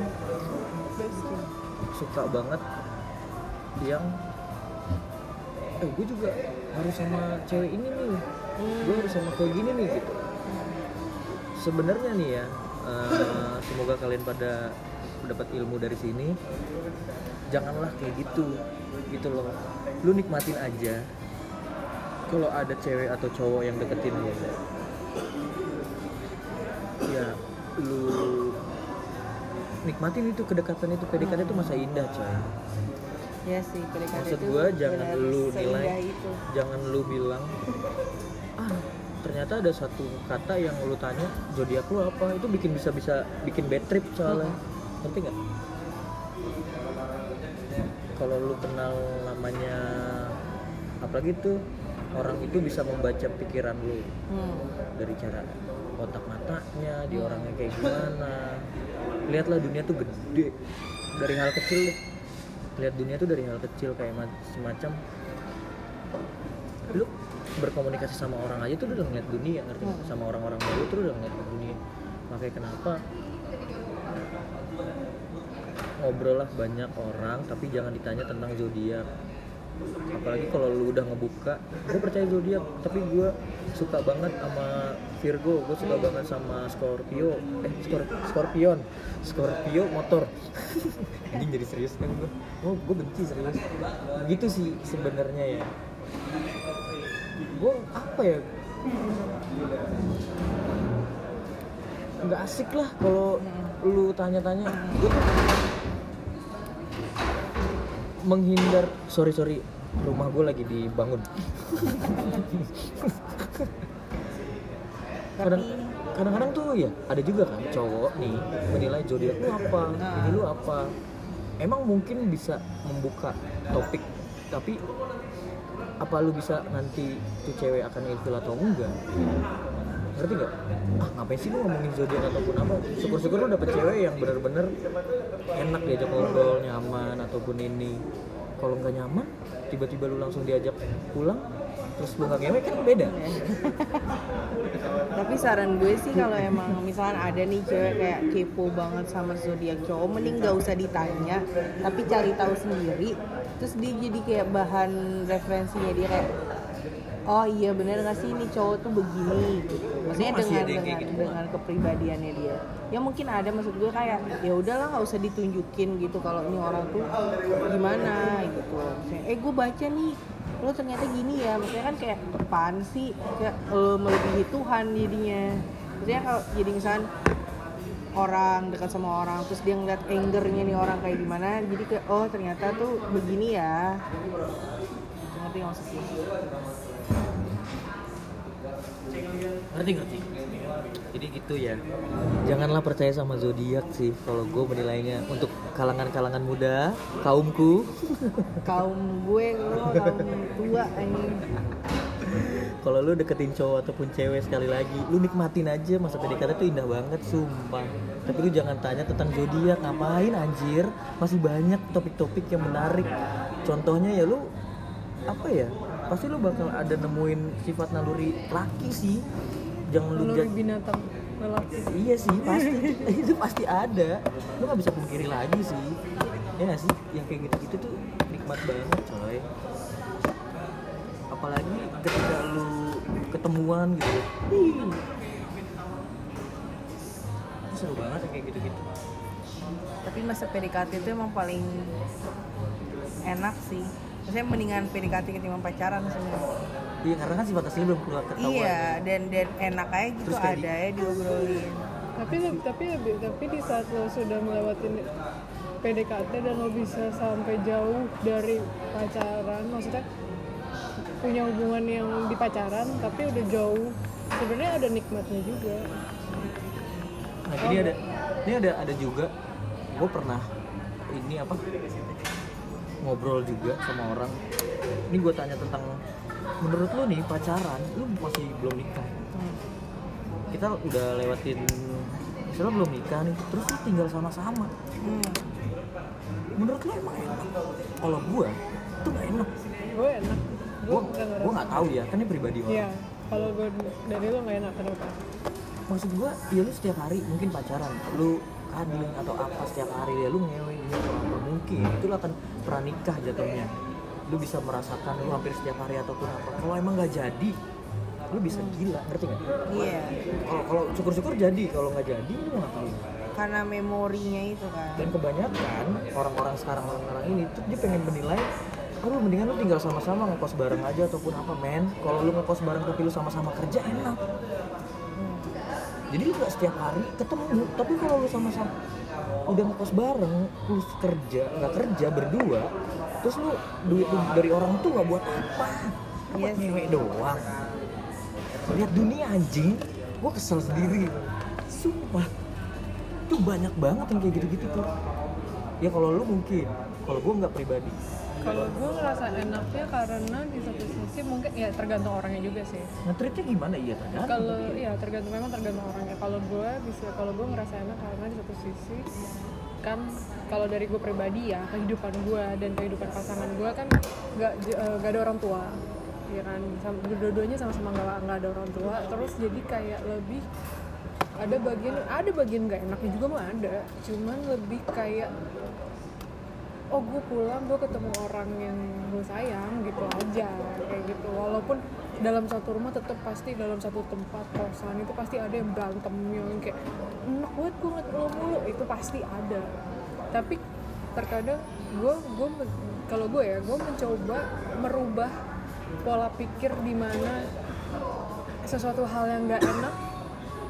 Speaker 1: suka banget yang eh gue juga harus sama cewek ini nih, gue harus sama kayak gini nih gitu. Sebenarnya nih ya, uh, semoga kalian pada mendapat ilmu dari sini. Janganlah kayak gitu, gitu loh. Lu nikmatin aja. Kalau ada cewek atau cowok yang deketin lu, ya lu nikmatin itu kedekatan itu. P D K T itu masa indah coy.
Speaker 2: Ya sih, P D K T
Speaker 1: Maksud
Speaker 2: itu
Speaker 1: gue jangan
Speaker 2: benar
Speaker 1: lu
Speaker 2: seindah
Speaker 1: nilai,
Speaker 2: itu.
Speaker 1: jangan lu bilang ah ternyata ada satu kata yang lu tanya zodiak lu apa, itu bikin bisa bisa bikin bad trip soalnya. Ngerti nggak? Kalau lu kenal namanya apalagi tuh orang itu bisa membaca pikiran lu
Speaker 2: Hmm.
Speaker 1: dari cara otak matanya, di orangnya kayak gimana. Lihatlah dunia tuh gede dari hal kecil deh. Lihat dunia tuh dari hal kecil kayak semacam lu berkomunikasi sama orang aja tuh udah ngeliat dunia, ngerti nggak? Sama orang-orang baru tuh udah ngeliat dunia. Makanya kenapa ngobrol lah banyak orang tapi jangan ditanya tentang zodiak. Apalagi kalau lu udah ngebuka, gue percaya zodiak tapi gue suka banget sama Virgo, gue suka banget sama Scorpio, eh Skor Scorpion, Scorpio motor. Anjing jadi serius kan gue, oh gue benci serius. Gitu sih sebenarnya ya. Gue apa ya? nggak asik lah kalau lu tanya-tanya. Gue tuh menghindar, sorry sorry rumah gue lagi dibangun. Kadang, kadang-kadang tuh ya ada juga kan cowok nih menilai zodiak lu apa, ini lu apa. Emang mungkin bisa membuka topik, tapi apa lu bisa nanti tuh cewek akan ilfil atau enggak? Ngerti nggak? Ah ngapain sih lu ngomongin zodiak ataupun apa? Syukur-syukur lu dapet cewek yang benar-benar enak diajak ngobrol, nyaman ataupun ini. Kalau nggak nyaman, tiba-tiba lu langsung diajak pulang, terus lu nggak ngewe kan beda.
Speaker 2: Tapi saran gue sih kalau emang misalnya ada nih cewek kayak kepo banget sama zodiak cowok, mending nggak usah ditanya, tapi cari tahu sendiri. Terus dia jadi kayak bahan referensinya dia kayak, oh iya bener nggak sih ini cowok tuh begini gitu. Maksudnya
Speaker 1: Masih
Speaker 2: dengan
Speaker 1: ada yang
Speaker 2: dengan,
Speaker 1: kayak gitu,
Speaker 2: dengan kepribadiannya dia. Ya mungkin ada, maksud gue kayak ya udahlah nggak usah ditunjukin gitu kalau ini orang tuh gimana gitu. Maksudnya, eh gue baca nih lo ternyata gini ya. Maksudnya kan kayak apaan sih, kayak lo melebihi Tuhan jadinya. Maksudnya kalau jadi misalnya orang dekat sama orang terus dia ngeliat angernya nih orang kayak gimana, jadi kayak oh ternyata tuh begini ya. Ngerti nggak maksudnya?
Speaker 1: Ngerti ngerti. Jadi gitu ya. Janganlah percaya sama zodiak sih kalau gue menilainya untuk kalangan-kalangan muda, kaumku.
Speaker 2: Kaum gue lo kaum tua ini.
Speaker 1: Kalau lu deketin cowok ataupun cewek sekali lagi, lu nikmatin aja masa P D K T tuh indah banget sumpah. Tapi lu jangan tanya tentang zodiak, ngapain anjir? Masih banyak topik-topik yang menarik. Contohnya ya lu apa ya? Pasti lu bakal ada nemuin sifat naluri laki sih. Jangan lu
Speaker 3: Naluri
Speaker 1: judge.
Speaker 3: binatang lelaki.
Speaker 1: Iya sih, pasti itu pasti ada. Lu nggak bisa pungkiri lagi sih. Ya nggak sih, yang kayak gitu-gitu tuh nikmat banget coy. Apalagi ketika lu ketemuan gitu. Ih. Itu seru banget yang kayak gitu-gitu.
Speaker 2: Tapi masa P D K T itu emang paling enak sih. Maksudnya mendingan P D K T ketimbang pacaran sebenarnya.
Speaker 1: Iya, karena kan sifat asli belum keluar ketahuan.
Speaker 2: Iya, dan dan enak aja gitu.
Speaker 1: Terus kayak
Speaker 2: ada ya diobrolin.
Speaker 3: Tapi tapi lebih tapi di saat lo sudah melewatin P D K T dan lo bisa sampai jauh dari pacaran, maksudnya punya hubungan yang di pacaran tapi udah jauh, sebenarnya ada nikmatnya juga.
Speaker 1: Nah, ini ada ini ada ada juga gue pernah ini apa ngobrol juga sama orang. Ini gue tanya tentang menurut lu nih pacaran, lu masih belum nikah.
Speaker 2: Hmm.
Speaker 1: Kita udah lewatin misalnya belum nikah nih, terus lu tinggal sama-sama.
Speaker 2: Hmm.
Speaker 1: Menurut lu emang enak? Kalau gue itu nggak enak.
Speaker 3: Gue enak.
Speaker 1: Gue gue nggak tahu ya, kan ini pribadi orang.
Speaker 3: Iya, kalau gue dari lo nggak enak kenapa?
Speaker 1: Maksud gue, ya lu setiap hari mungkin pacaran, lu cuddling atau apa setiap hari ya lu ngewe gitu atau apa mungkin itu lu akan pranikah jatuhnya. Lu bisa merasakan lu hampir setiap hari ataupun apa. Kalau emang nggak jadi, lu bisa gila, ngerti nggak?
Speaker 2: Iya.
Speaker 1: Kalau kalau syukur-syukur jadi, kalau nggak jadi lu ngapain?
Speaker 2: Karena memorinya itu kan.
Speaker 1: Dan kebanyakan orang-orang sekarang orang-orang ini tuh dia pengen menilai, oh lu mendingan lu tinggal sama-sama ngekos bareng aja ataupun apa men. Kalau lu ngekos bareng tapi lu sama-sama kerja enak. Jadi lu gak setiap hari ketemu, tapi kalau lu sama-sama udah ngekos bareng, lu kerja, nggak kerja berdua, terus lu duit lu dari orang tuh nggak buat apa? Buat
Speaker 2: Yes.
Speaker 1: ngewe doang. Lihat dunia anjing, gua kesel sendiri. Sumpah, tuh banyak banget yang kayak gitu-gitu tuh. Ya kalau lu mungkin, kalau gua nggak pribadi.
Speaker 3: Kalau gue ngerasa enaknya karena di satu sisi mungkin ya tergantung orangnya juga sih.
Speaker 1: Nge-treatnya gimana? Iya tergantung.
Speaker 3: Kalau ya tergantung memang tergantung orangnya. Kalau gue bisa kalau gue ngerasa enak karena di satu sisi kan kalau dari gue pribadi ya kehidupan gue dan kehidupan pasangan gue kan nggak uh, nggak ada orang tua, ya kan Sam- dua-duanya sama-sama nggak nggak ada orang tua. Terus jadi kayak lebih ada bagian ada bagian nggak enaknya juga mah ada. Cuman lebih kayak oh gue pulang gue ketemu orang yang gue sayang gitu aja kayak gitu. Walaupun dalam satu rumah tetap pasti dalam satu tempat kosan itu pasti ada yang berantem yang kayak enak banget gue ngeliat lo mulu, itu pasti ada. Tapi terkadang gue gue kalau gue ya gue mencoba merubah pola pikir di mana sesuatu hal yang nggak enak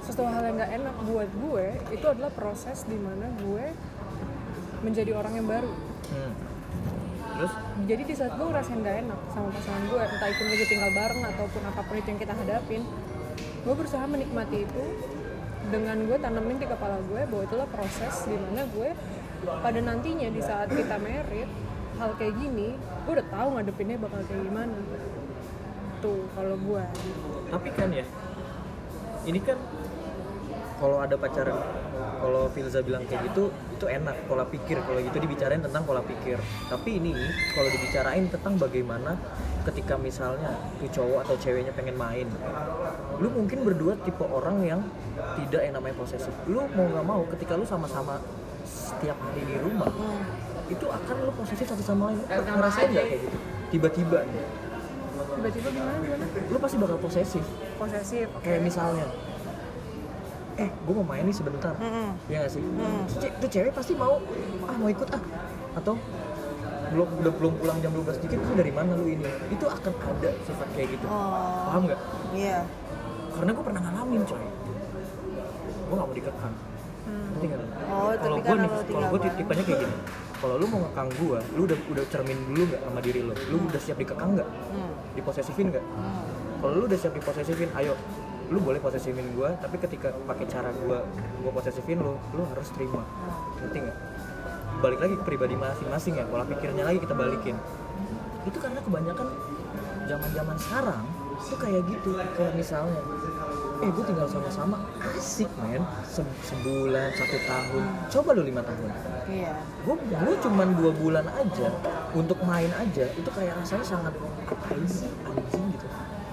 Speaker 3: sesuatu hal yang nggak enak buat gue itu adalah proses dimana gue menjadi orang yang baru.
Speaker 1: Hmm. Terus?
Speaker 3: Jadi di saat gue ngerasain nggak enak sama pasangan gue, entah itu lagi tinggal bareng ataupun apapun itu yang kita hadapin, gue berusaha menikmati itu dengan gue tanamin di kepala gue bahwa itulah proses dimana gue pada nantinya di saat kita married hal kayak gini, gue udah tahu ngadepinnya bakal kayak gimana. Tuh kalau gue.
Speaker 1: Tapi kan ya, ini kan kalau ada pacaran, kalau Filza bilang kayak gitu, itu enak pola pikir. Kalau gitu dibicarain tentang pola pikir. Tapi ini kalau dibicarain tentang bagaimana ketika misalnya tuh cowok atau ceweknya pengen main, lu mungkin berdua tipe orang yang tidak yang namanya posesif. Lu mau nggak mau ketika lu sama-sama setiap hari di rumah, hmm. itu akan lu posesif satu sama lain. Lu ngerasain nggak kayak gitu? Tiba-tiba nih.
Speaker 3: Tiba-tiba gimana gimana?
Speaker 1: Lu pasti bakal posesif.
Speaker 3: Posesif.
Speaker 1: Kayak misalnya, eh gue mau main nih sebentar, mm-hmm. ya nggak sih? Mm. Ce- tuh cewek pasti mau, ah mau ikut ah, atau belum udah belum pulang jam dua belas dikit, itu dari mana lu ini? Itu akan ada sifat kayak gitu,
Speaker 2: oh.
Speaker 1: paham nggak?
Speaker 2: Iya. Yeah.
Speaker 1: Karena gue pernah ngalamin coy, gue nggak mau dikekang,
Speaker 3: hmm.
Speaker 1: ngerti nggak?
Speaker 2: Oh,
Speaker 1: kalau gue nih, kalau gue tipenya kayak gini, kalau lu mau ngekang gue, lu udah udah cermin dulu nggak sama diri lu, lu udah siap dikekang nggak? Hmm. Diposesifin nggak? Hmm. Kalau lu udah siap diposesifin, ayo. Lu boleh posesifin gue, tapi ketika pakai cara gue gue posesifin lu, lu harus terima, ngerti nggak? Balik lagi ke pribadi masing-masing ya, pola pikirnya lagi kita balikin. Itu karena kebanyakan zaman-zaman sekarang itu kayak gitu, kayak misalnya, eh gue tinggal sama-sama asik men, Se- sebulan satu tahun, coba lu lima tahun.
Speaker 2: Iya.
Speaker 1: Gue gue cuman dua bulan aja untuk main aja, itu kayak rasanya sangat apain sih anjing gitu.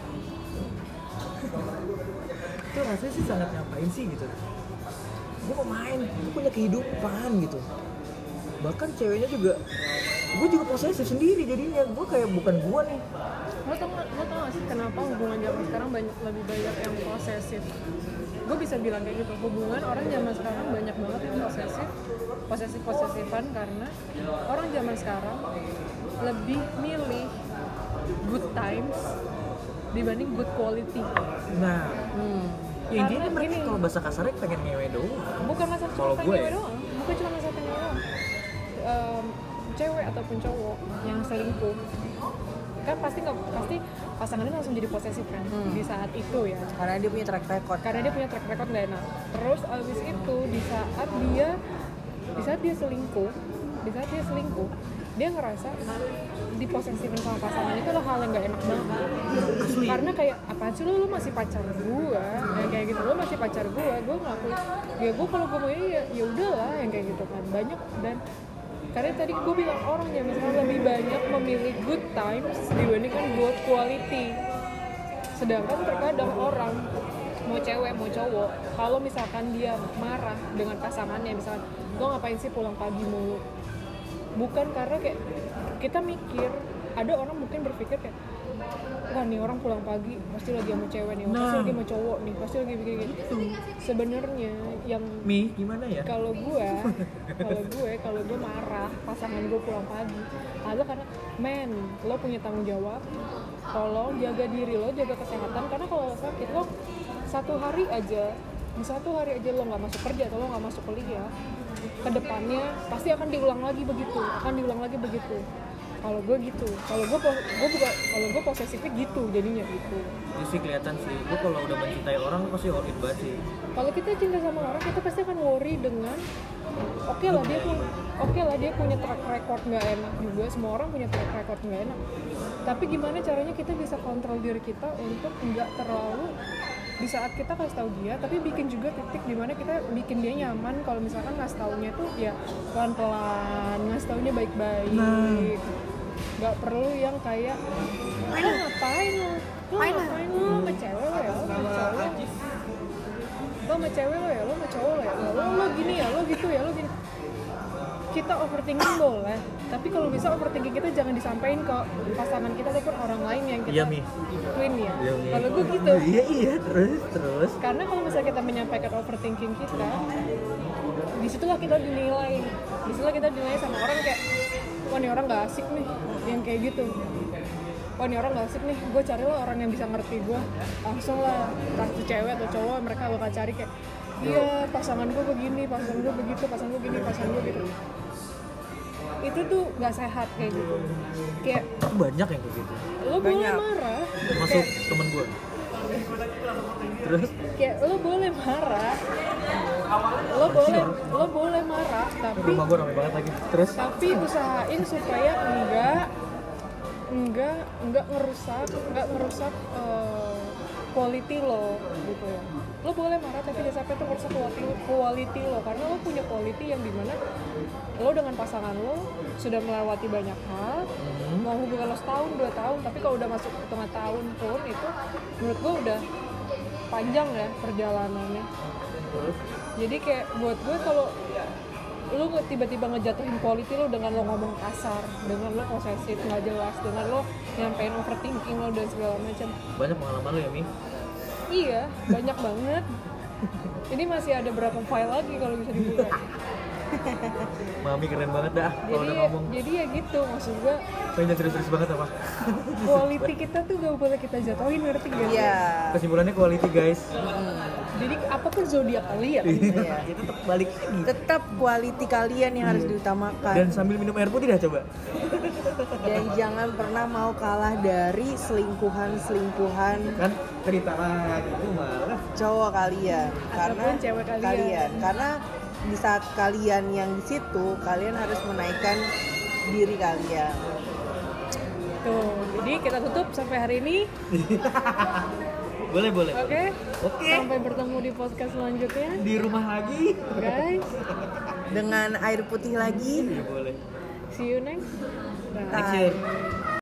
Speaker 1: Itu rasanya sih sangat ngapain sih gitu. Gue mau main, gue punya kehidupan gitu. Bahkan ceweknya juga, gue juga posesif sendiri jadinya. Gue kayak bukan gue nih.
Speaker 3: Lo tau gak, lo tau gak sih kenapa hubungan zaman sekarang banyak, lebih banyak yang posesif? Gue bisa bilang kayak gitu, hubungan orang zaman sekarang banyak banget yang posesif, posesif-posesifan karena orang zaman sekarang lebih milih good times dibanding good quality.
Speaker 1: Nah,
Speaker 3: hmm.
Speaker 1: ya intinya mereka kalau bahasa kasarnya pengen ngewe doang.
Speaker 3: Bukan masalah cuma pengen ngewe doang, bukan cuma masalah pengen ngewe doang. Um, cewek ataupun cowok yang selingkuh kan pasti nggak pasti pasangannya langsung jadi posesif kan hmm. di saat itu ya.
Speaker 2: Karena dia punya track record.
Speaker 3: Karena dia punya track record nggak enak. Terus abis itu di saat dia di saat dia selingkuh, di saat dia selingkuh dia ngerasa diposesifin sama pasangan itu adalah hal yang gak enak banget. Karena kayak apaan sih lo, lo masih pacar gue, yang kayak gitu, lo masih pacar gue, gue ngelakuin ya gue kalau gue mau ya ya udahlah yang kayak gitu kan. Banyak dan karena tadi gue bilang orang ya misalnya lebih banyak memilih good times dibandingkan good quality. Sedangkan terkadang orang mau cewek mau cowok kalau misalkan dia marah dengan pasangannya, misalkan lo ngapain sih pulang pagi mulu, bukan karena kayak kita mikir, ada orang mungkin berpikir kayak wah nih orang pulang pagi pasti lagi sama cewek nih, pasti
Speaker 1: nah.
Speaker 3: lagi sama cowok nih, pasti lagi begini gitu. Sebenarnya yang
Speaker 1: Mi gimana ya?
Speaker 3: Kalau gue, kalau gue, kalau gue marah pasangan gue pulang pagi, adalah karena men, lo punya tanggung jawab, tolong jaga diri lo, jaga kesehatan, karena kalau lo sakit lo satu hari aja, di satu hari aja lo nggak masuk kerja atau lo nggak masuk kuliah, kedepannya pasti akan diulang lagi begitu, akan diulang lagi begitu. Kalau gue gitu, kalau gue gue bukan, kalau gue posesifnya gitu jadinya gitu.
Speaker 1: Itu sih kelihatan sih. Gue kalau udah mencintai orang pasti worried banget sih.
Speaker 3: Kalau kita cinta sama orang, kita pasti akan worry dengan oke okay lah dia pun, oke okay lah dia punya track record nggak enak juga. Semua orang punya track record nggak enak. Tapi gimana caranya kita bisa kontrol diri kita untuk nggak terlalu di saat kita kasih tahu dia, tapi bikin juga titik dimana kita bikin dia nyaman. Kalau misalkan ngasih taunya tuh ya pelan-pelan, ngasih taunya baik-baik. Nah. Gak perlu yang kayak lo ngapain lo, lo ngapain lo sama cewek lo ya, lo sama cowok lo sama cewek lo ya, lo sama cowok lo ya, lo, lo gini ya, lo gitu ya, lo gini. Kita overthinking boleh, tapi kalau bisa overthinking kita jangan disampaikan ke pasangan kita ataupun orang lain yang kita ikuin ya. Iya, kalau gue gitu.
Speaker 1: Iya iya terus terus.
Speaker 3: Karena kalau misalnya kita menyampaikan overthinking kita, disitulah kita dinilai, disitulah kita dinilai sama orang kayak wah nih orang nggak asik nih, yang kayak gitu. wah ini orang gak asik nih, gue cari lah orang yang bisa ngerti gue. Langsung lah, entah itu cewek atau cowok, mereka bakal cari kayak iya pasangan gue begini, pasangan gue begitu, pasangan gue gini, pasangan gue gitu. Itu tuh gak sehat kayak gitu. Kayak
Speaker 1: Banyak yang kayak gitu.
Speaker 3: lo boleh
Speaker 2: Banyak.
Speaker 3: marah,
Speaker 1: Masuk temen gue. Terus
Speaker 3: kayak lo boleh marah, lo boleh lo boleh marah, tapi
Speaker 1: rumah gue ramai banget lagi. Terus
Speaker 3: tapi usahain supaya enggak enggak enggak ngerusak enggak ngerusak uh, quality lo gitu ya. Lo boleh marah tapi jangan sampai itu ngerusak quality, quality lo, karena lo punya quality yang dimana lo dengan pasangan lo sudah melewati banyak hal.
Speaker 1: hmm,
Speaker 3: Mau hubungan lo setahun dua tahun, tapi kalau udah masuk ke tengah tahun pun itu menurut gue udah panjang ya perjalanannya.
Speaker 1: terus
Speaker 3: Jadi kayak buat gue kalau lu tiba-tiba ngejatuhin quality lu dengan lo ngomong kasar, dengan lo posesif nggak jelas, dengan lo nyampein overthinking lo dan segala macam.
Speaker 1: banyak pengalaman lu ya Mi.
Speaker 3: Iya, banyak banget. Ini masih ada berapa file lagi kalau bisa dibuka.
Speaker 1: Mami keren banget dah kalau
Speaker 3: Jadi
Speaker 1: udah ngomong.
Speaker 3: jadi ya gitu, maksud gue
Speaker 1: Pengen serius-serius banget apa?
Speaker 3: quality kita tuh gak boleh kita jatuhin, ngerti gak?
Speaker 2: Iya.
Speaker 1: Kesimpulannya quality guys.
Speaker 3: Jadi apapun zodiak kalian,
Speaker 2: Iya.
Speaker 1: Itu tetap balik lagi.
Speaker 2: Tetap quality kalian yang harus diutamakan.
Speaker 1: Dan sambil minum air putih dah coba.
Speaker 2: Dan jangan pernah mau kalah dari selingkuhan-selingkuhan
Speaker 1: Kan cerita lagi itu malah.
Speaker 2: cowok kalian karena
Speaker 3: Ataupun cewek kalian.
Speaker 2: karena di saat kalian yang di situ kalian harus menaikkan diri kalian.
Speaker 3: tuh. Jadi kita tutup sampai hari ini,
Speaker 1: Boleh boleh.
Speaker 3: oke?
Speaker 1: Oke.
Speaker 3: Sampai bertemu di podcast selanjutnya,
Speaker 1: Di rumah lagi.
Speaker 3: guys.
Speaker 2: Dengan air putih lagi.
Speaker 1: Iya boleh.
Speaker 3: See you next. Bye.
Speaker 1: Next year.